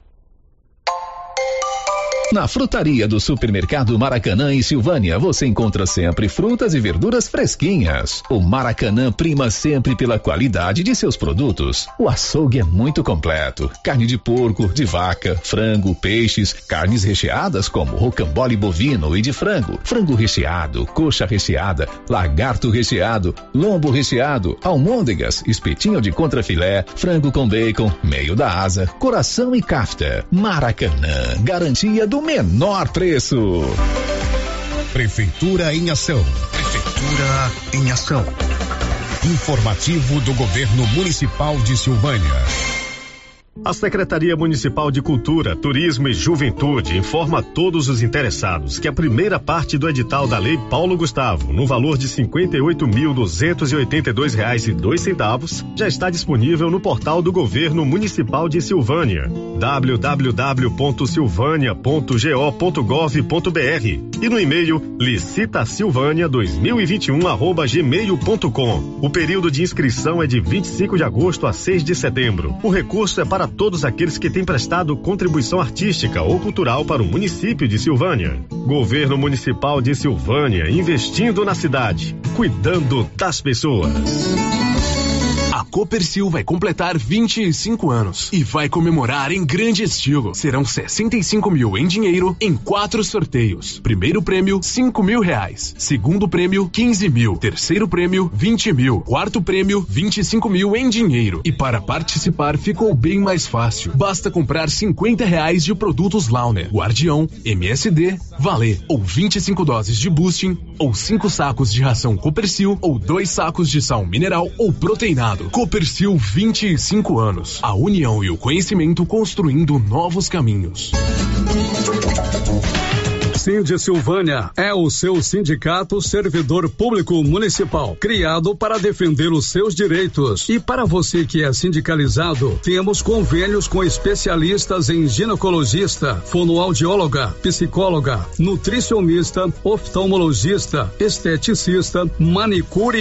Na frutaria do Supermercado Maracanã em Silvânia, você encontra sempre frutas e verduras fresquinhas. O Maracanã prima sempre pela qualidade de seus produtos. O açougue é muito completo. Carne de porco, de vaca, frango, peixes, carnes recheadas como rocambole bovino e de frango, frango recheado, coxa recheada, lagarto recheado, lombo recheado, almôndegas, espetinho de contrafilé, frango com bacon, meio da asa, coração e kafta. Maracanã, garantia do menor preço. Prefeitura em ação. Prefeitura em ação. Informativo do Governo Municipal de Silvânia. A Secretaria Municipal de Cultura, Turismo e Juventude informa a todos os interessados que a primeira parte do edital da Lei Paulo Gustavo, no valor de R$ 58.282,02, já está disponível no portal do Governo Municipal de Silvânia, www.silvania.go.gov.br, e no e-mail licitasilvania2021@gmail.com. O período de inscrição é de 25 de agosto a 6 de setembro. O recurso é para todos aqueles que têm prestado contribuição artística ou cultural para o município de Silvânia. Governo Municipal de Silvânia, investindo na cidade, cuidando das pessoas. A Copercil vai completar 25 anos e vai comemorar em grande estilo. Serão 65 mil em dinheiro em 4 sorteios. Primeiro prêmio, R$5.000. Segundo prêmio, 15 mil. Terceiro prêmio, 20 mil. Quarto prêmio, 25 mil em dinheiro. E para participar ficou bem mais fácil. Basta comprar R$50 de produtos Launer, Guardião, MSD, Valer, ou 25 doses de boosting, ou 5 sacos de ração Copercil, ou 2 sacos de sal mineral ou proteinado. Copercil, 25 anos. A união e o conhecimento construindo novos caminhos. Sindi Silvânia é o seu sindicato servidor público municipal, criado para defender os seus direitos. E para você que é sindicalizado, temos convênios com especialistas em ginecologista, fonoaudióloga, psicóloga, nutricionista, oftalmologista, esteticista, manicure